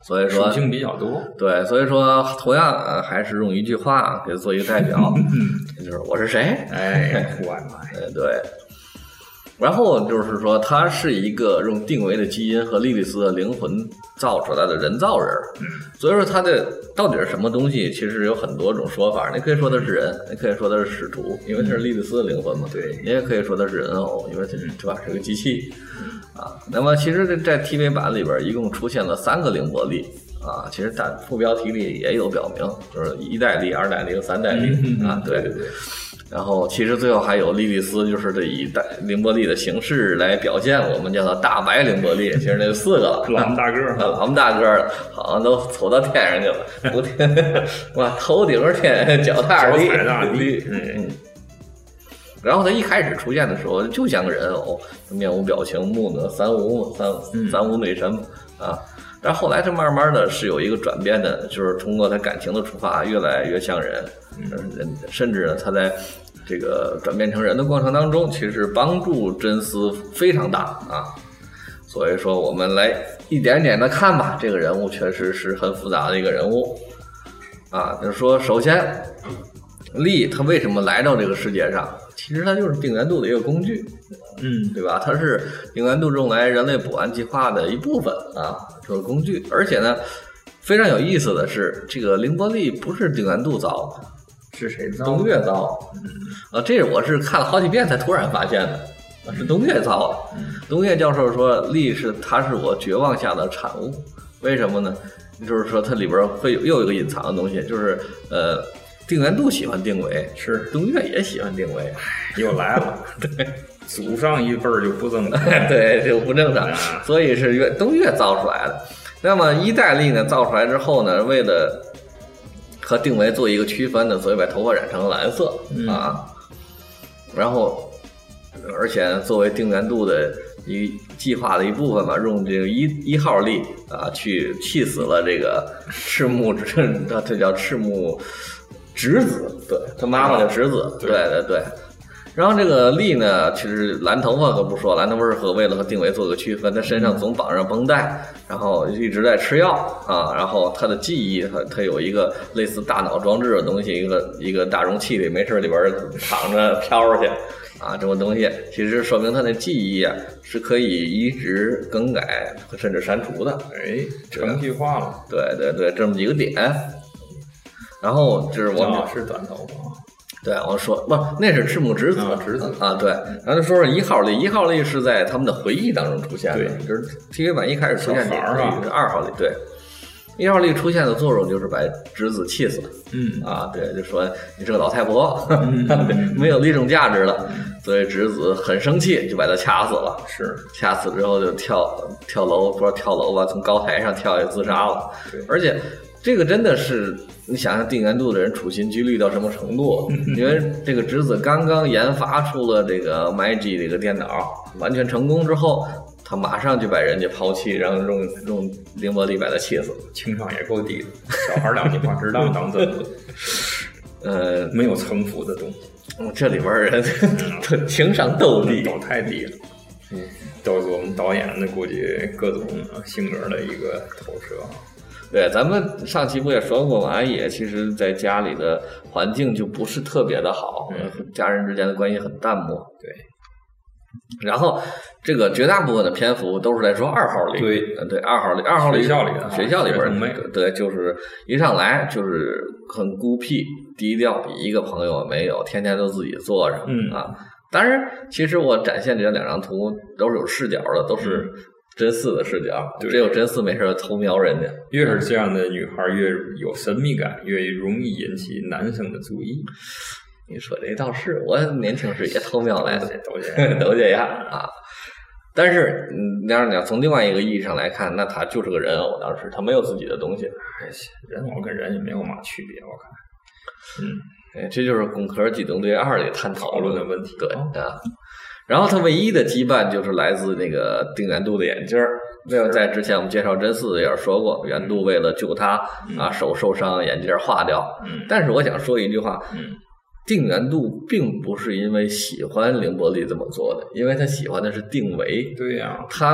所以说属性比较多。 对，所以说同样还是用一句话给做一个代表，就是我是谁？ 哎，我的妈呀！ 对。然后就是说，他是一个用定维的基因和莉莉丝的灵魂造出来的人造人。所以说他的到底是什么东西，其实有很多种说法。你可以说他是人，你可以说他是使徒，因为他是莉莉丝的灵魂嘛。 对， 你也可以说他是人偶，因为他是吧，是个机器。那么其实在 TV 版里边一共出现了3个凌波丽。其实在副标题里也有表明，就是1代丽、2代丽和3代丽。对。然后其实最后还有莉莉丝，就是这以凌波丽的形式来表现，我们叫它大白凌波丽。其实那就4个了， 老么大个儿， 老么大个儿，好像都走到天上去了，不天，哇，头顶着天，脚踏地。然后他一开始出现的时候就像个人偶，面无表情，木讷三无女神啊。但后来他慢慢的是有一个转变的，就是通过他感情的出发，越来越像人，甚至呢，他在这个转变成人的过程当中，其实帮助真丝非常大啊。所以说，我们来一点点的看吧，这个人物确实是很复杂的一个人物啊。就是说，首先，丽他为什么来到这个世界上？其实它就是定元度的一个工具，对吧？它是定元度用来人类补完计划的一部分啊，这个工具。而且呢，非常有意思的是，这个凌波丽不是定元度造的， 是谁造？ 东岳造的。这我是看了好几遍才突然发现的，是东岳造的。东岳教授说，丽它是我绝望下的产物。为什么呢？就是说它里边会又有一个隐藏的东西，就是定元度喜欢定维，是东岳也喜欢定维， 又来了。对，祖上一辈儿就不正常， 对，就不正常，所以是东岳造出来的。那么1代丽呢，造出来之后呢，为了和定维做一个区分呢，所以把头发染成了蓝色啊。然后，而且作为定元度的计划的一部分嘛，用这个一号丽啊，去气死了这个赤木这叫赤木直子，对他妈妈的直子，对。然后这个丽呢，其实蓝头发可不说，蓝头发是为了和定维做个区分，他身上总绑上绷带，然后一直在吃药啊，然后他的记忆，他有一个类似大脑装置的东西，一个大容器里，没事里边躺着飘去啊，这么东西，其实说明他的记忆啊是可以移植、更改甚至删除的， 程序化了， 对，这么几个点。然后就是我们是短头发， 对，我说不，那是赤木直子啊，对。然后说1号丽，1号丽是在他们的回忆当中出现的，就是 TV 版一开始出现的是2号丽，对。1号丽出现的作用就是把直子气死，对，就说你这个老太婆，没有利用价值了，所以直子很生气，就把他掐死了。 是， 掐死之后就跳楼，不知道跳楼吧，从高台上跳下自杀了。而且这个真的是，你想想定元度的人处心积虑到什么程度？因为这个直子刚刚研发出了这个 Magi 这个电脑，完全成功之后，他马上就把人家抛弃，然后用凌波丽把他气死了。 情商也够低的，小孩两句话知道当真的。没有城府的东西。 这里边人情商都低， 都太低了。都是我们导演的估计各种性格的一个投射。 对，咱们上期不也说过吗？安野其实在家里的环境就不是特别的好，家人之间的关系很淡漠。 对。 然后这个绝大部分的篇幅都是在说2号丽，对，2号丽学校里边，对，就是一上来就是很孤僻低调，一个朋友没有，天天都自己坐着啊。当然，其实我展现这2张图都是有视角的，都是真嗣的视角，只有真嗣没事偷瞄人家。 越是这样的女孩，越有神秘感，越容易引起男生的注意。 你说这倒是，我年轻时也偷瞄来的， 都这样啊。但是，你要从另外一个意义上来看，那他就是个人偶，当时他没有自己的东西。 人偶跟人也没有嘛区别，我看。 这就是《攻壳机动队2》里探讨论的问题。 对啊。然后他唯一的羁绊就是来自那个定元度的眼镜儿。在之前我们介绍真嗣也说过，元度为了救他啊，手受伤，眼镜化掉。但是我想说一句话。定元度并不是因为喜欢凌波丽这么做的，因为他喜欢的是定维。 对呀， 他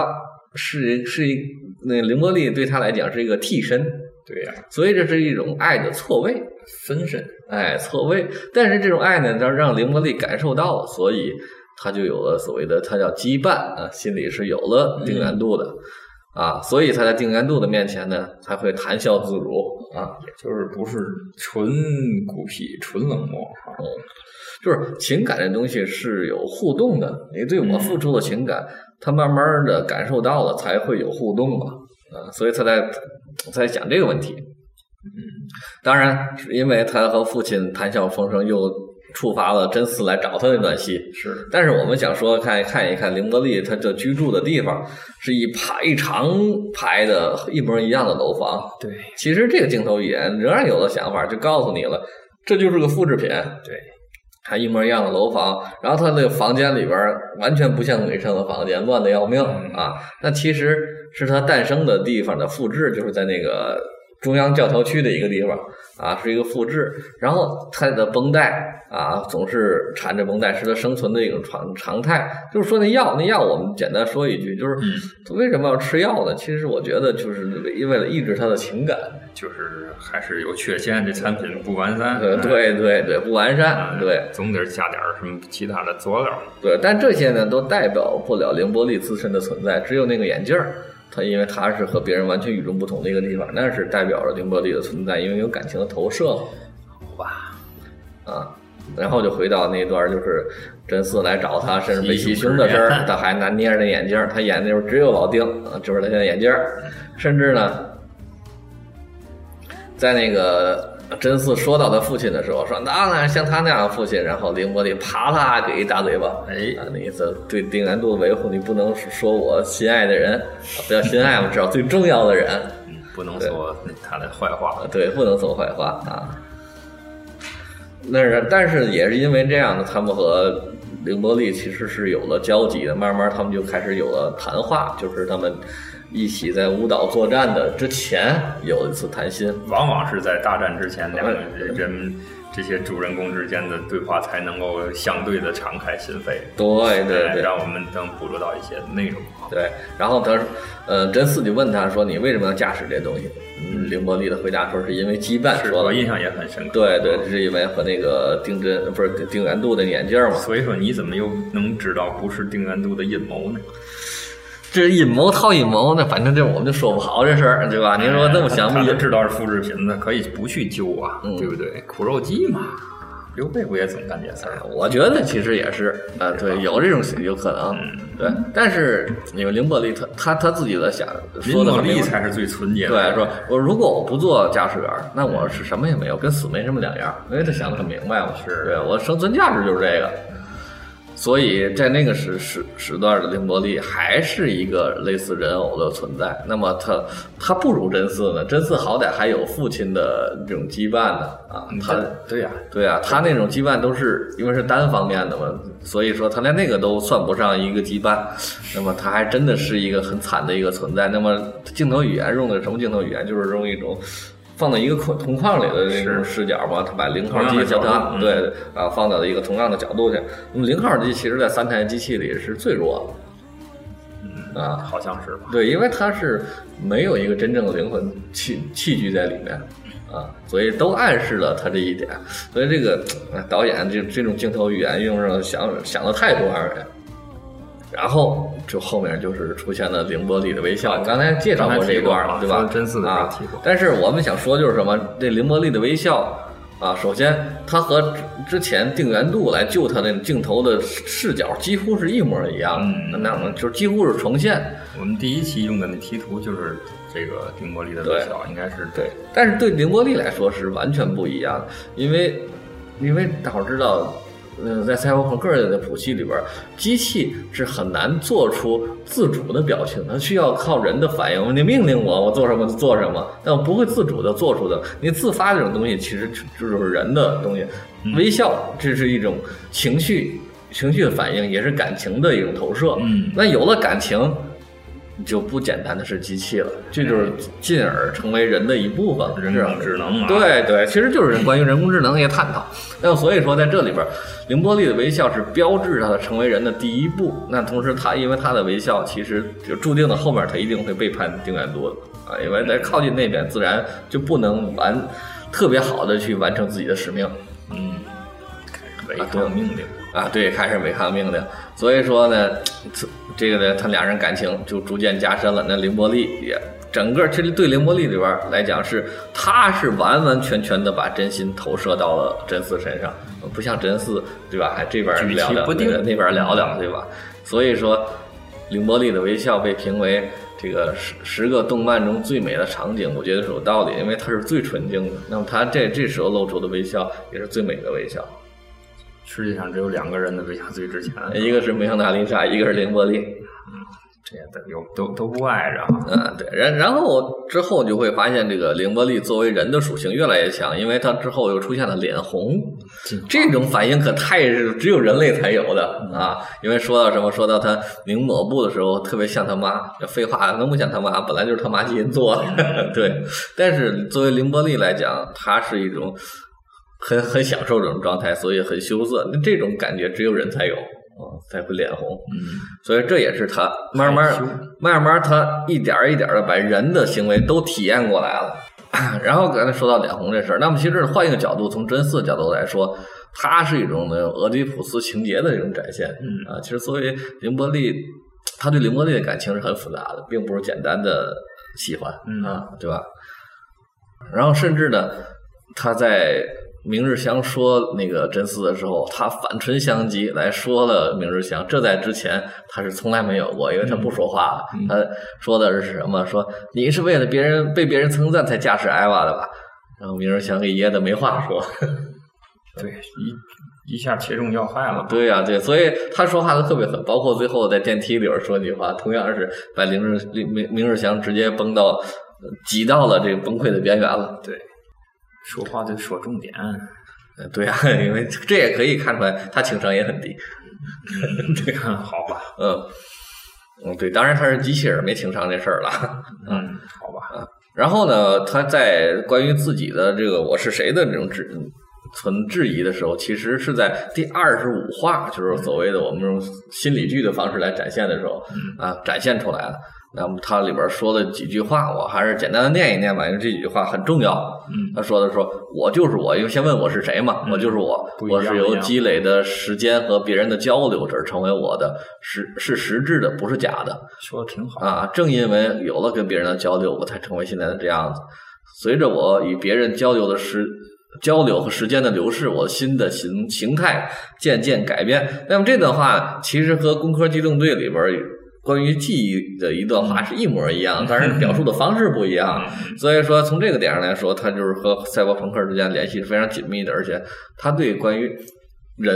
那凌波丽对他来讲是一个替身， 对呀， 所以这是一种爱的错位， 分身， 错位。但是这种爱呢，让凌波丽感受到了，所以他就有了所谓的他叫羁绊啊，心里是有了定元度的。所以他在定元度的面前呢，才会谈笑自如啊， 就是不是纯孤僻、纯冷漠就是情感这东西是有互动的，你对我付出的情感，他慢慢的感受到了，才会有互动嘛所以他在讲这个问题。当然因为他和父亲谈笑风生，又触发了真嗣来找他那段戏， 是。 但是我们想说看一看凌波丽他这居住的地方是一长排的一模一样的楼房， 对， 其实这个镜头语言仍然有了想法，就告诉你了，这就是个复制品， 对， 还一模一样的楼房，然后他那个房间里边完全不像美胜的房间，乱得要命那其实是他诞生的地方的复制，就是在那个中央教条区的一个地方是一个复制。然后他的绷带总是缠着绷带，是他生存的一种常态。就是说那药我们简单说一句，就是他为什么要吃药呢？其实我觉得就是为了抑制他的情感， 就是还是有缺陷，这产品不完善。 对，不完善，对， 总得加点什么其他的佐料。 对，但这些呢都代表不了凌波丽自身的存在，只有那个眼镜它因为它是和别人完全与众不同的一个地方，那是代表着凌波丽的存在，因为有感情的投射。 哇， 然后就回到那段，就是真嗣来找他，甚至被袭胸的事儿，他还捏着那眼镜，他演的时候只有老丁就是他现在眼镜，甚至呢，在那个真嗣说到他父亲的时候，说当然像他那样的父亲，然后凌波丽啪给一大嘴巴，那意思对定元度的维护，你不能说我心爱的人，不要心爱嘛，至少最重要的人， 不能说他的坏话， 对，不能说坏话但是也是因为这样的，他们和凌波丽其实是有了交集的，慢慢他们就开始有了谈话，就是他们一起在舞蹈作战的之前有一次谈心， 往往是在大战之前，两个人这些主人公之间的对话才能够相对的敞开心扉， 对， 让我们能捕捉到一些内容。 对，然后他真嗣就问他说：“你为什么要驾驶这东西？”凌波丽的回答说：“是因为羁绊。”说我印象也很深刻。 对，是因为和那个定元度的眼镜嘛。 所以说，你怎么又能知道不是定元度的阴谋呢？ 这阴谋套阴谋，那反正这我们就说不好这事儿，对吧？您说这么想， 他知道是复制品的，可以不去救对不对？苦肉计嘛，刘备不也总干这事儿？ 我觉得其实也是对，有这种有可能，对。但是因为凌波丽他自己的想说的， 凌波丽才是最纯洁的。 对，说如果我不做驾驶员，那我是什么也没有，跟死没什么两样，因为他想得很明白嘛。 是， 对我生存价值就是这个。所以在那个时段的凌波丽还是一个类似人偶的存在。那么他不如真嗣呢，真嗣好歹还有父亲的这种羁绊呢他对呀，他那种羁绊都是因为是单方面的嘛，所以说他连那个都算不上一个羁绊。那么他还真的是一个很惨的一个存在。那么镜头语言用的什么镜头语言？就是用一种放在一个铜框里的那种视角嘛，他把0号机和它放到了一个同样的角度去。那么0号机其实在3台机器里是最弱的， 好像是吧？ 对，因为它是没有一个真正的灵魂器具在里面所以都暗示了他这一点。所以这个导演这种镜头语言用上想的太多了。然后就后面就是出现了凌波丽的微笑，刚才介绍过这一段了，对吧？ 真嗣的提过。 但是我们想说就是什么？这凌波丽的微笑首先他和之前定元度来救他那镜头的视角几乎是一模一样的，那么就是几乎是重现。 我们第一期用的那题图就是这个凌波丽的微笑，应该是对。但是对凌波丽来说是完全不一样的，因为大伙儿知道。在赛博朋克的谱系里边，机器是很难做出自主的表情，它需要靠人的反应。你命令我做什么就做什么，但我不会自主的做出的。你自发这种东西其实就是人的东西。微笑这是一种情绪的反应，也是感情的一种投射。那有了感情， 就不简单的是机器了，这就是进而成为人的一部分了， 人工智能啊。 对对，其实就是关于人工智能的一些探讨。那么所以说，在这里边，凌波丽的微笑是标志着他成为人的第一步。那同时他因为他的微笑，其实就注定了后面他一定会背叛丁元都的啊，因为在靠近那边，自然就不能特别好的去完成自己的使命。 违抗命令啊，对，开始违抗命令。所以说呢，这个呢，他俩人感情就逐渐加深了。那凌波丽也整个其实对凌波丽里边来讲他是完完全全的把真心投射到了真嗣身上，不像真嗣对吧？还这边聊聊，那边聊聊，对吧？所以说，凌波丽的微笑被评为这个10个动漫中最美的场景，我觉得是有道理，因为它是最纯净的。那么他这时候露出的微笑也是最美的微笑。 世界上只有2个人的微笑最值钱， 一个是梅香娜丽莎，一个是凌波丽。 这也都不挨着。 对，然后之后就会发现这个凌波丽作为人的属性越来越强，因为他之后又出现了脸红，这种反应可太是只有人类才有的啊！因为说到他拧抹布的时候特别像他妈，废话能不像他妈？本来就是他妈基因做的。对，但是作为凌波丽来讲，他是一种很享受这种状态，所以很羞涩。那这种感觉只有人才有。才会脸红，所以这也是他慢慢他一点一点的把人的行为都体验过来了。然后刚才说到脸红这事儿，那么其实换一个角度，从真嗣的角度来说，它是一种俄狄浦斯情节的这种展现。其实作为凌波丽，他对凌波丽的感情是很复杂的，并不是简单的喜欢对吧？然后甚至呢，他在明日香说那个真嗣的时候，他反唇相讥来说了明日香，这在之前他是从来没有过，因为他不说话了。他说的是什么？说你是为了被别人称赞才驾驶艾娃的吧？然后明日香给噎得没话说。 对，一下切中要害了。 对呀，对，所以他说话都特别狠，包括最后在电梯里边说那句话，同样是把明日香直接挤到了这个崩溃的边缘了。 对。说话就说重点， 对啊，因为这也可以看出来他情商也很低。 这个好吧， 对，当然他是机器人没情商这事儿了。 好吧。 然后呢，他在关于自己的这个我是谁的这种质疑的时候，其实是在第25话，就是所谓的我们用心理剧的方式来展现的时候，展现出来了。那么他里边说了几句话，我还是简单的念一念吧，因为这几句话很重要。他说我就是我，因为先问我是谁嘛，我就是我是由积累的时间和别人的交流而成为我的，是实质的，不是假的。 说的挺好正因为有了跟别人的交流，我才成为现在的这样子。随着我与别人交流和时间的流逝，我新的形态渐渐改变。那么这段话其实和《攻壳机动队》里边关于记忆的一段话是一模一样，当然表述的方式不一样。所以说从这个点上来说，它就是和赛博朋克之间联系是非常紧密的，而且它对关于人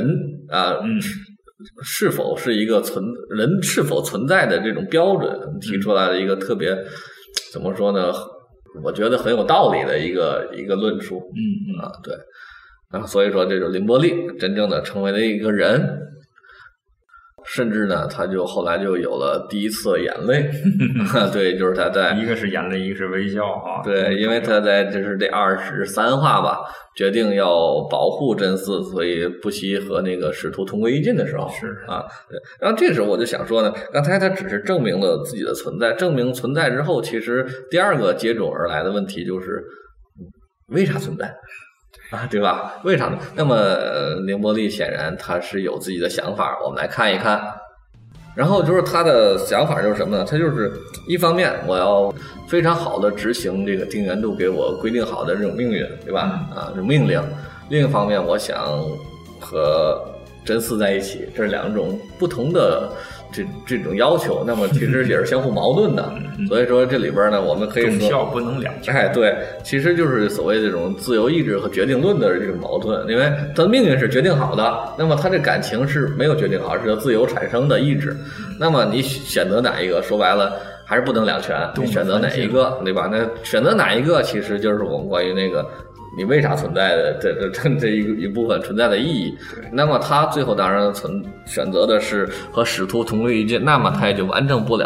是否是一个人是否存在的这种标准提出来的一个特别怎么说呢？我觉得很有道理的一个论述。对。所以说这种凌波丽真正的成为了一个人。甚至呢，他就后来就有了第一次眼泪。对，就是他在一个是眼泪，一个是微笑对，因为他在这是第23话吧，决定要保护真嗣，所以不惜和那个使徒同归于尽的时候是对。然后这时候我就想说呢，刚才他只是证明了自己的存在，证明存在之后，其实第二个接踵而来的问题就是为啥存在？对吧？为啥呢？那么凌波丽显然他是有自己的想法，我们来看一看。然后就是他的想法就是什么呢？他就是一方面我要非常好的执行这个丁元度给我规定好的这种命运，对吧？这种命令。另一方面我想和真嗣在一起，这是两种不同的这种要求，那么其实也是相互矛盾的。所以说这里边呢，我们可以说忠孝不能两全。 对，其实就是所谓这种自由意志和决定论的这种矛盾。因为他的命运是决定好的，那么他这感情是没有决定好，是由自由产生的意志。那么你选择哪一个，说白了还是不能两全。你选择哪一个，对吧？那选择哪一个，其实就是我们关于那个你为啥存在的这一部分存在的意义。那么他最后当然选择的是和使徒同归于尽，那么他也就完成不了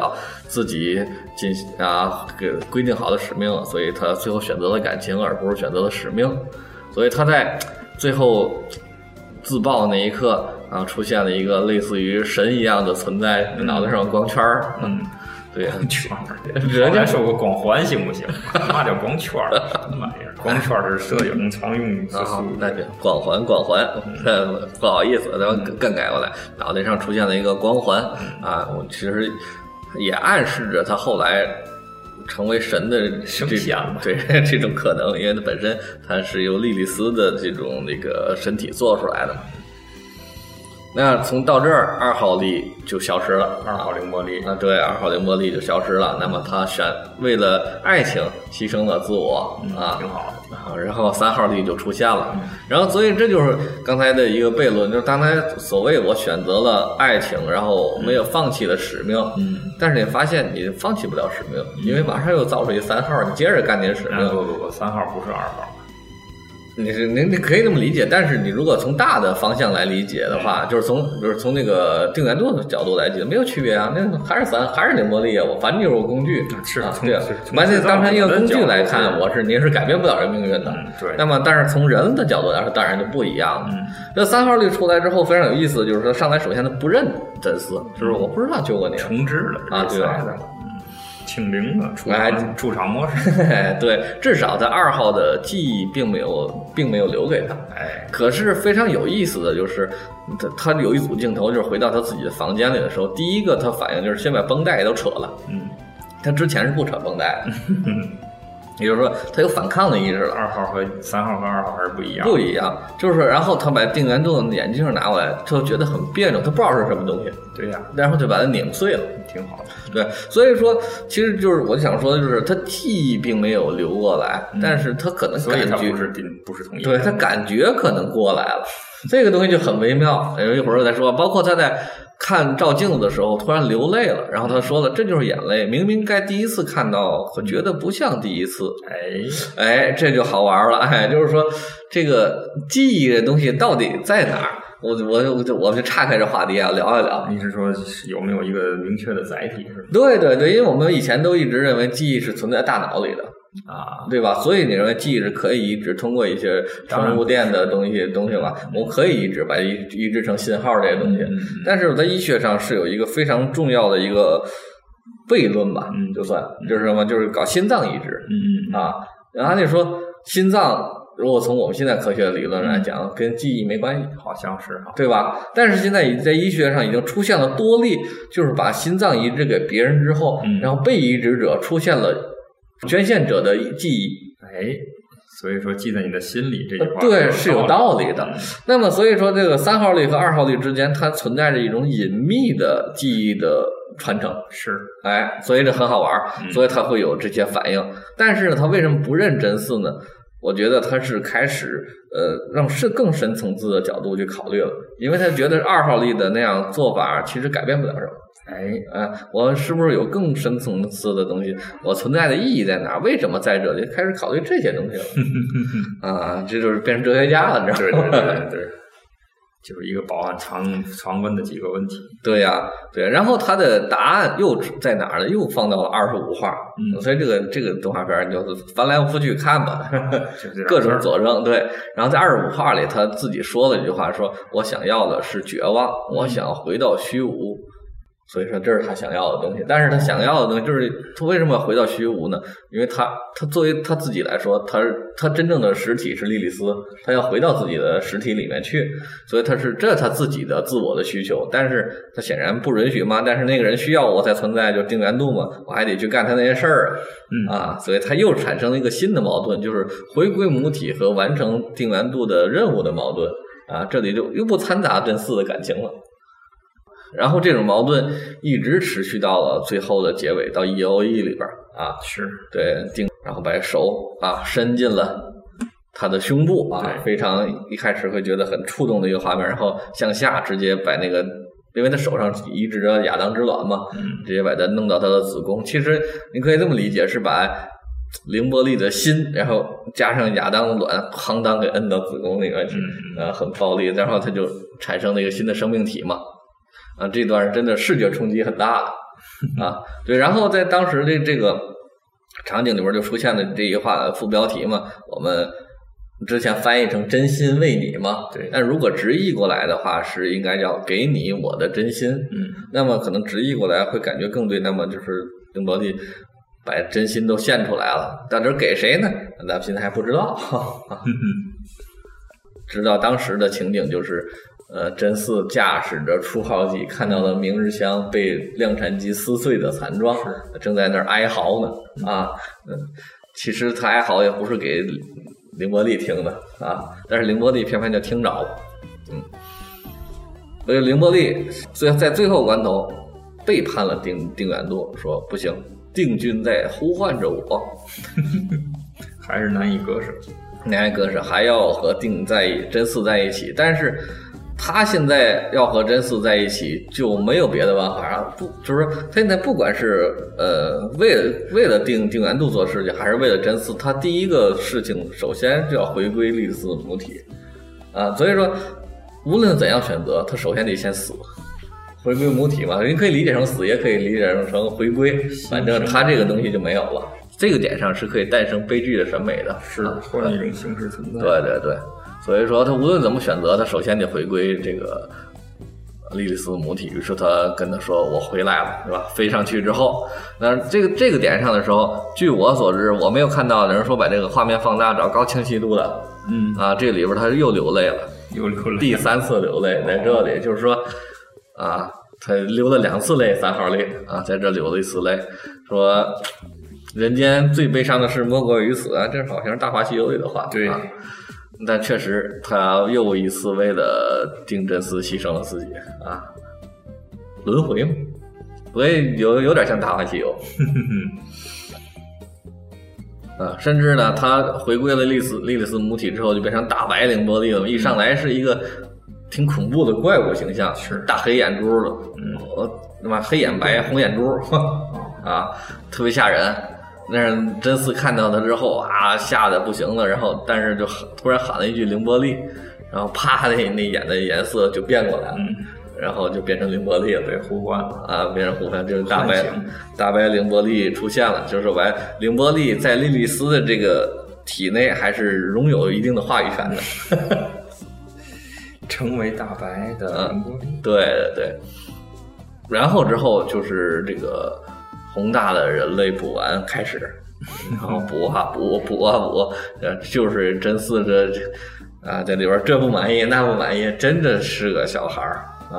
自己给规定好的使命了，所以他最后选择了感情，而不是选择了使命。所以他在最后自爆那一刻啊，出现了一个类似于神一样的存在，脑袋上有光圈儿。对， 圈儿， 人家说过光环行不行？嘛叫光圈儿？什么玩意儿？光圈儿是摄影常用词。 那就光环，不好意思，咱们更改过来，脑袋上出现了一个光环啊，我其实也暗示着他后来成为神的升仙了， 对这种可能，因为它本身它是由莉莉丝的这种那个身体做出来的嘛。那从到这儿，2号力就消失了 ，2号凌波丽啊，对，2号凌波丽就消失了。那么他为了爱情牺牲了自我啊， 挺好的啊。然后3号力就出现了，然后所以这就是刚才的一个悖论，就是刚才所谓我选择了爱情，然后没有放弃了使命，但是你发现你放弃不了使命，因为马上又造出一3号，你接着干你的使命。 不，3号不是2号。 你可以这么理解，但是你如果从大的方向来理解的话，就是从那个定元度的角度来解，没有区别啊，那还是凌波丽啊，我反正就是我工具， 是啊，对啊，完全当成一个工具来看，你是改变不了人命运的， 对。 那么，但是从人的角度来说，当然就不一样了。这3号力出来之后非常有意思，就是说上来首先他不认真丝，就是我不知道救过你， 重置了啊，对吧？ 清零了，出场模式， 对，至少在2号的记忆并没有留给他。可是非常有意思的就是，他有一组镜头，就是回到他自己的房间里的时候，第一个他反应就是先把绷带都扯了。他之前是不扯绷带的。也就是说，他有反抗的意识了。 2号和3号和2号还是不一样， 不一样。就是然后他把定元度的眼镜拿过来，就觉得很别扭，他不知道是什么东西。 对呀， 然后就把它拧碎了， 挺好的。 对，所以说其实就是我想说的就是，他记忆并没有流过来，但是他可能感觉不是同一， 对他感觉可能过来了，这个东西就很微妙。一会儿再说，包括他在看照镜子的时候突然流泪了，然后他说了这就是眼泪，明明该第一次看到，可觉得不像第一次。这就好玩了。就是说这个记忆这东西到底在哪儿？我就岔开这话题啊，聊一聊。 你是说有没有一个明确的载体？是吧？ 对，因为我们以前都一直认为记忆是存在大脑里的啊，对吧？所以你认为记忆是可以移植，通过一些生物电的东西吧，我可以移植，把移植成信号这些东西。但是在医学上是有一个非常重要的一个悖论吧，就算就是什么，就是搞心脏移植。然后你说心脏。如果从我们现在科学的理论来讲，跟记忆没关系， 好像是， 对吧？但是现在在医学上已经出现了多例，就是把心脏移植给别人之后，然后被移植者出现了捐献者的记忆。 所以说记在你的心里这句话对是有道理的。那么所以说这个3号力和2号力之间，它存在着一种隐秘的记忆的传承， 是所以这很好玩，所以它会有这些反应。但是呢，它为什么不认真似呢？我觉得他是开始让更深层次的角度去考虑了，因为他觉得2号力的那样做法其实改变不了什么。我是不是有更深层次的东西？我存在的意义在哪？为什么在这里？开始考虑这些东西了。这就是变成哲学家了，你知道吗？ 对。就是一个饱含常问的几个问题。 对呀，对。然后他的答案又在哪儿呢？又放到了25话。所以这个动画片就是翻来覆去看吧，各种佐证。对。然后在25话里，他自己说了一句话，说我想要的是绝望，我想回到虚无。所以说这是他想要的东西，但是他想要的东西就是他为什么要回到虚无呢？因为他作为他自己来说，他真正的实体是莉莉丝，他要回到自己的实体里面去，所以这是他自己的自我的需求，但是他显然不允许嘛，但是那个人需要我才存在，就定元度嘛，我还得去干他那些事儿所以他又产生了一个新的矛盾，就是回归母体和完成定元度的任务的矛盾这里就又不掺杂真嗣的感情了。然后这种矛盾一直持续到了最后的结尾，到 EOE 里边是对然后把手伸进了他的胸部非常一开始会觉得很触动的一个画面，然后向下直接把那个，因为他手上移植着亚当之卵嘛，直接把它弄到他的子宫。其实你可以这么理解，是把凌波丽的心，然后加上亚当的卵，哐当给摁到子宫里面去，很暴力，然后他就产生了一个新的生命体嘛。这段真的视觉冲击很大的。 啊，对，然后在当时的这个场景里边就出现了这句话副标题嘛，我们之前翻译成真心为你嘛， 对， 但如果直译过来的话是应该叫给你我的真心，那么可能直译过来会感觉更对，那么就是凌波丽把真心都献出来了，到底给谁呢？咱们现在还不知道，知道当时的情景就是真嗣驾驶着出号机看到了明日香被量产机撕碎的惨状，正在那儿哀嚎呢其实他哀嚎也不是给凌波丽听的啊，但是凌波丽偏偏就听着了，所以凌波丽在最后关头背叛了丁原度，说不行，定军在呼唤着我， 还是难以割舍， 还要和真嗣在一起，但是他现在要和真嗣在一起就没有别的办法，就是说他现在不管是为了丁原度做事情，还是为了真嗣，他第一个事情首先就要回归历史母体啊，所以说无论怎样选择，他首先得先死，回归母体嘛，你可以理解成死，也可以理解成回归，反正他这个东西就没有了。这个点上是可以诞生悲剧的审美的， 是换一种形式存在。 对对对，所以说他无论怎么选择，他首先得回归这个莉莉丝母体。于是他跟他说：“我回来了，是吧？”飞上去之后，那这个点上的时候，据我所知，我没有看到有人说把这个画面放大找高清晰度的。这里边他又流泪了，第3次流泪在这里，就是说啊，他流了2次泪，3号泪啊，在这流了1次泪，说。人间最悲伤的事莫过于此啊，这好像是《大话西游》里的话。 对， 但确实他又一次为了丁真嗣牺牲了自己啊，轮回嘛，所以有点像《大话西游》甚至呢，他回归了莉莉丝母体之后，就变成大白凌波丽了，一上来是一个挺恐怖的怪物形象， 是大黑眼珠的，那么黑眼白红眼珠啊，特别吓人。但是真嗣看到他之后啊，吓得不行了，然后但是就突然喊了一句凌波丽，然后啪，那眼的颜色就变过来了，然后就变成凌波丽了， 被呼唤啊，变成呼唤，就是大白凌波丽出现了，就是说凌波丽在莉莉丝的这个体内还是拥有一定的话语权的， 成为大白的凌波丽， 对对对，然后之后就是这个。宏大的人类补完开始，然后补，就是真嗣在里边这不满意那不满意，真的是个小孩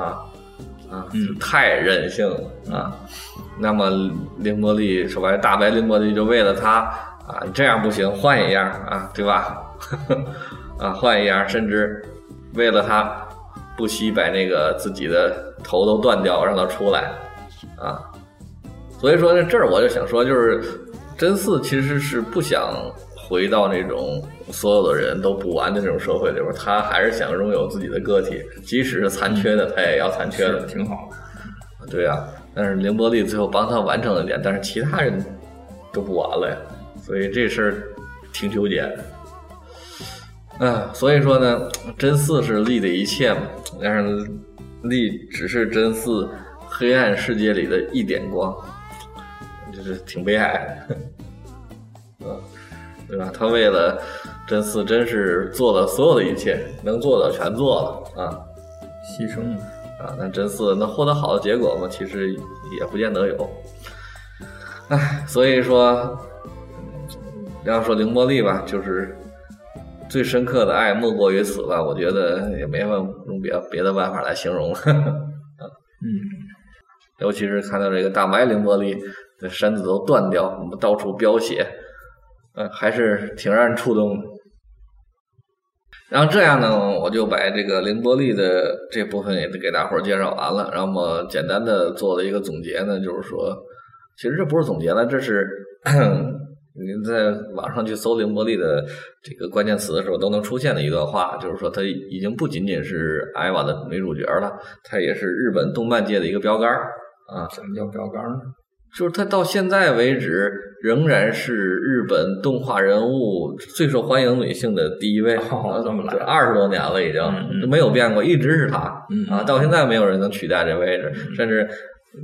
太任性了啊。那么凌波丽说白了，大白凌波丽就为了他啊，这样不行，换一样啊，对吧？换一样，甚至为了他不惜把那个自己的头都断掉，让他出来啊。所以说呢，这儿我就想说，就是真嗣其实是不想回到那种所有的人都补完的那种社会里边，他还是想拥有自己的个体，即使是残缺的，他也要残缺的， 挺好的。 对啊，但是凌波丽最后帮他完成了点，但是其他人都不完了呀，所以这事儿挺纠结的。所以说呢，真嗣是力的一切嘛，但是力只是真嗣黑暗世界里的一点光。就是挺悲哀的，对吧？他为了真嗣，真是做了所有的一切，能做的全做了啊， 牺牲啊。那真嗣能获得好的结果吗？其实也不见得有。所以说，要说凌波丽吧，就是最深刻的爱莫过于此吧。我觉得也没法用别的办法来形容了。尤其是看到这个大白凌波丽。身子都断掉，我们到处飙血，还是挺让人触动的。然后这样呢，我就把这个凌波丽的这部分也给大伙儿介绍完了，然后简单的做了一个总结呢，就是说，其实这不是总结了，这是您在网上去搜凌波丽的这个关键词的时候都能出现的一段话，就是说她已经不仅仅是艾娃的女主角了，她也是日本动漫界的一个标杆啊。 什么叫标杆呢？ 就是他到现在为止仍然是日本动画人物最受欢迎女性的第一位， 这么来 20多年了已经，没有变过，一直是他到现在没有人能取代这位置，甚至我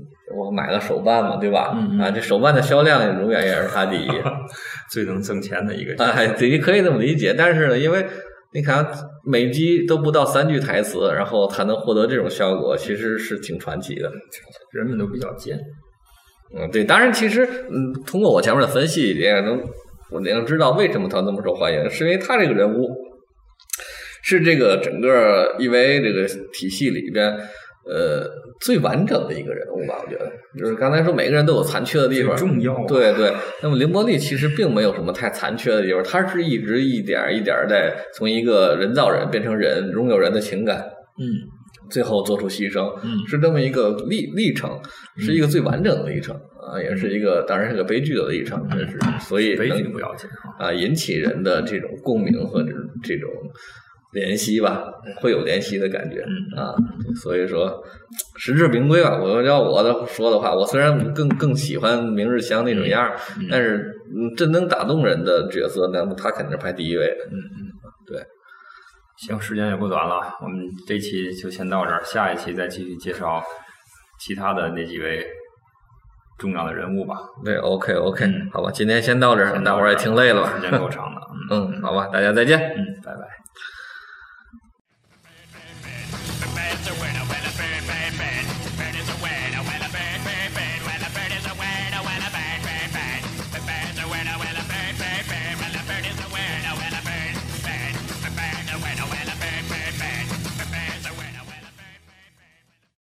我买个手办嘛，对吧？啊，这手办的销量永远也是他第一， 最能挣钱的一个。 哎，你可以这么理解。但是呢，因为你看每集都不到3句台词，然后他能获得这种效果，其实是挺传奇的。 人们都比较贱。 对，当然其实通过我前面的分析我也能知道为什么他那么受欢迎，是因为他这个人物是这个整个EVA这个体系里边最完整的一个人物吧，我觉得就是刚才说每个人都有残缺的地方， 最重要啊。 对对。那么凌波丽其实并没有什么太残缺的地方，他是一直一点一点在从一个人造人变成人，拥有人的情感，最后做出牺牲，是这么一个历程，是一个最完整的历程啊，也是一个当然是个悲剧的历程，真是所以悲剧不要紧啊，引起人的这种共鸣和这种怜惜吧，会有怜惜的感觉啊，所以说实至名归吧。要我说的话，我虽然更喜欢明日香那种样但是真能打动人的角色，那么他肯定是排第一位的。对。 行，时间也不短了，我们这期就先到这儿，下一期再继续介绍其他的那几位重要的人物吧。 对 ，OK， 好吧，今天先到这儿，大伙儿也挺累了吧？ 时间够长的。 好吧，大家再见。 拜拜。